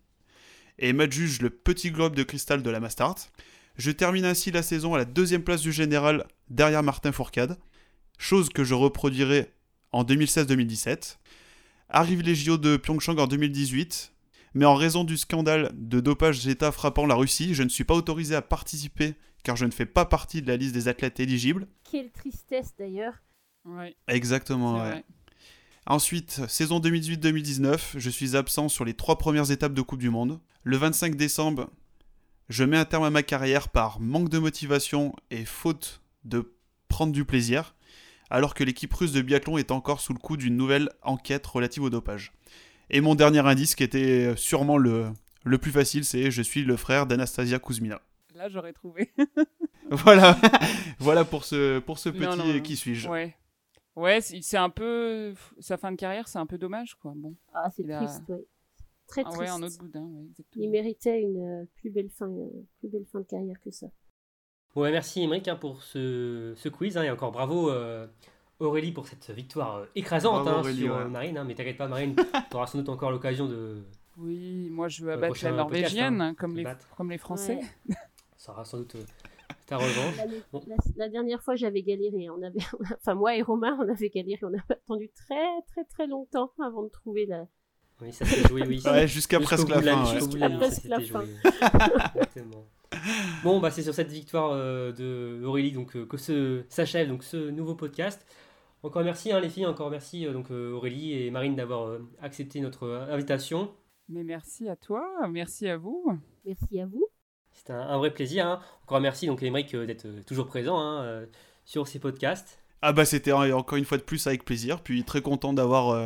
et m'adjuge le petit globe de cristal de la Mastart. Je termine ainsi la saison à la 2e place du général derrière Martin Fourcade, chose que je reproduirai en 2016-2017. Arrivent les JO de Pyeongchang en 2018, mais en raison du scandale de dopage d'État frappant la Russie, je ne suis pas autorisé à participer car je ne fais pas partie de la liste des athlètes éligibles. Quelle tristesse d'ailleurs. Ouais. Exactement, ouais. Ensuite, saison 2018-2019, je suis absent sur les 3 premières étapes de Coupe du Monde. Le 25 décembre, je mets un terme à ma carrière par manque de motivation et faute de prendre du plaisir, alors que l'équipe russe de biathlon est encore sous le coup d'une nouvelle enquête relative au dopage. Et mon dernier indice, qui était sûrement le plus facile, c'est « Je suis le frère d'Anastasia Kuzmina ». Là, j'aurais trouvé. Voilà pour ce petit qui suis-je. Ouais, c'est un peu... Sa fin de carrière, c'est un peu dommage, quoi. Bon. Ah, c'est triste, oui. Très triste. Ouais, un autre boudin, ouais, exactement. Il méritait une plus belle fin de carrière que ça. Ouais, merci Émeric pour ce quiz. Et encore bravo Aurélie pour cette victoire écrasante Aurélie, sur Marine. Mais t'inquiète pas, Marine, t'auras sans doute encore l'occasion de... Oui, moi je veux abattre la Norvégienne, comme les Français. Ouais. Ça aura sans doute... ta revanche. La dernière fois, j'avais galéré. Enfin, moi et Romain, on avait galéré. On a attendu très, très, très longtemps avant de trouver la... Oui, ça s'est joué, oui. Ouais, jusqu'à presque la fin. Jusqu'à presque la fin. Exactement. Bon, c'est sur cette victoire d'Aurélie que s'achève donc ce nouveau podcast. Encore merci les filles, encore merci Aurélie et Marine d'avoir accepté notre invitation. Mais merci à toi, merci à vous. Merci à vous. C'était un vrai plaisir. Encore merci Émeric d'être toujours présent sur ces podcasts. Ah c'était encore une fois de plus avec plaisir, puis très content d'avoir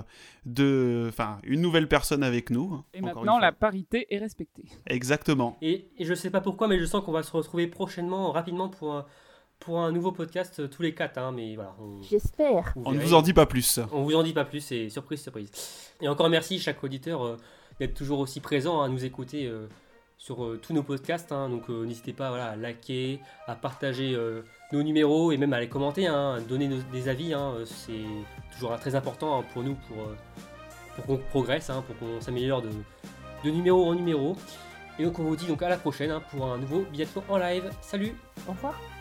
une nouvelle personne avec nous. Et maintenant la parité est respectée. Exactement. Et je sais pas pourquoi, mais je sens qu'on va se retrouver rapidement pour un nouveau podcast tous les 4. Mais voilà. J'espère. On ne vous en dit pas plus. On vous en dit pas plus, c'est surprise. Et encore merci chaque auditeur d'être toujours aussi présent à nous écouter sur tous nos podcasts. Donc n'hésitez pas à liker, à partager nos numéros et même à les commenter, donner des avis. C'est toujours très important pour nous pour qu'on progresse, pour qu'on s'améliore de numéro en numéro. Et donc on vous dit à la prochaine pour un nouveau biathlon en live. Salut. Au revoir.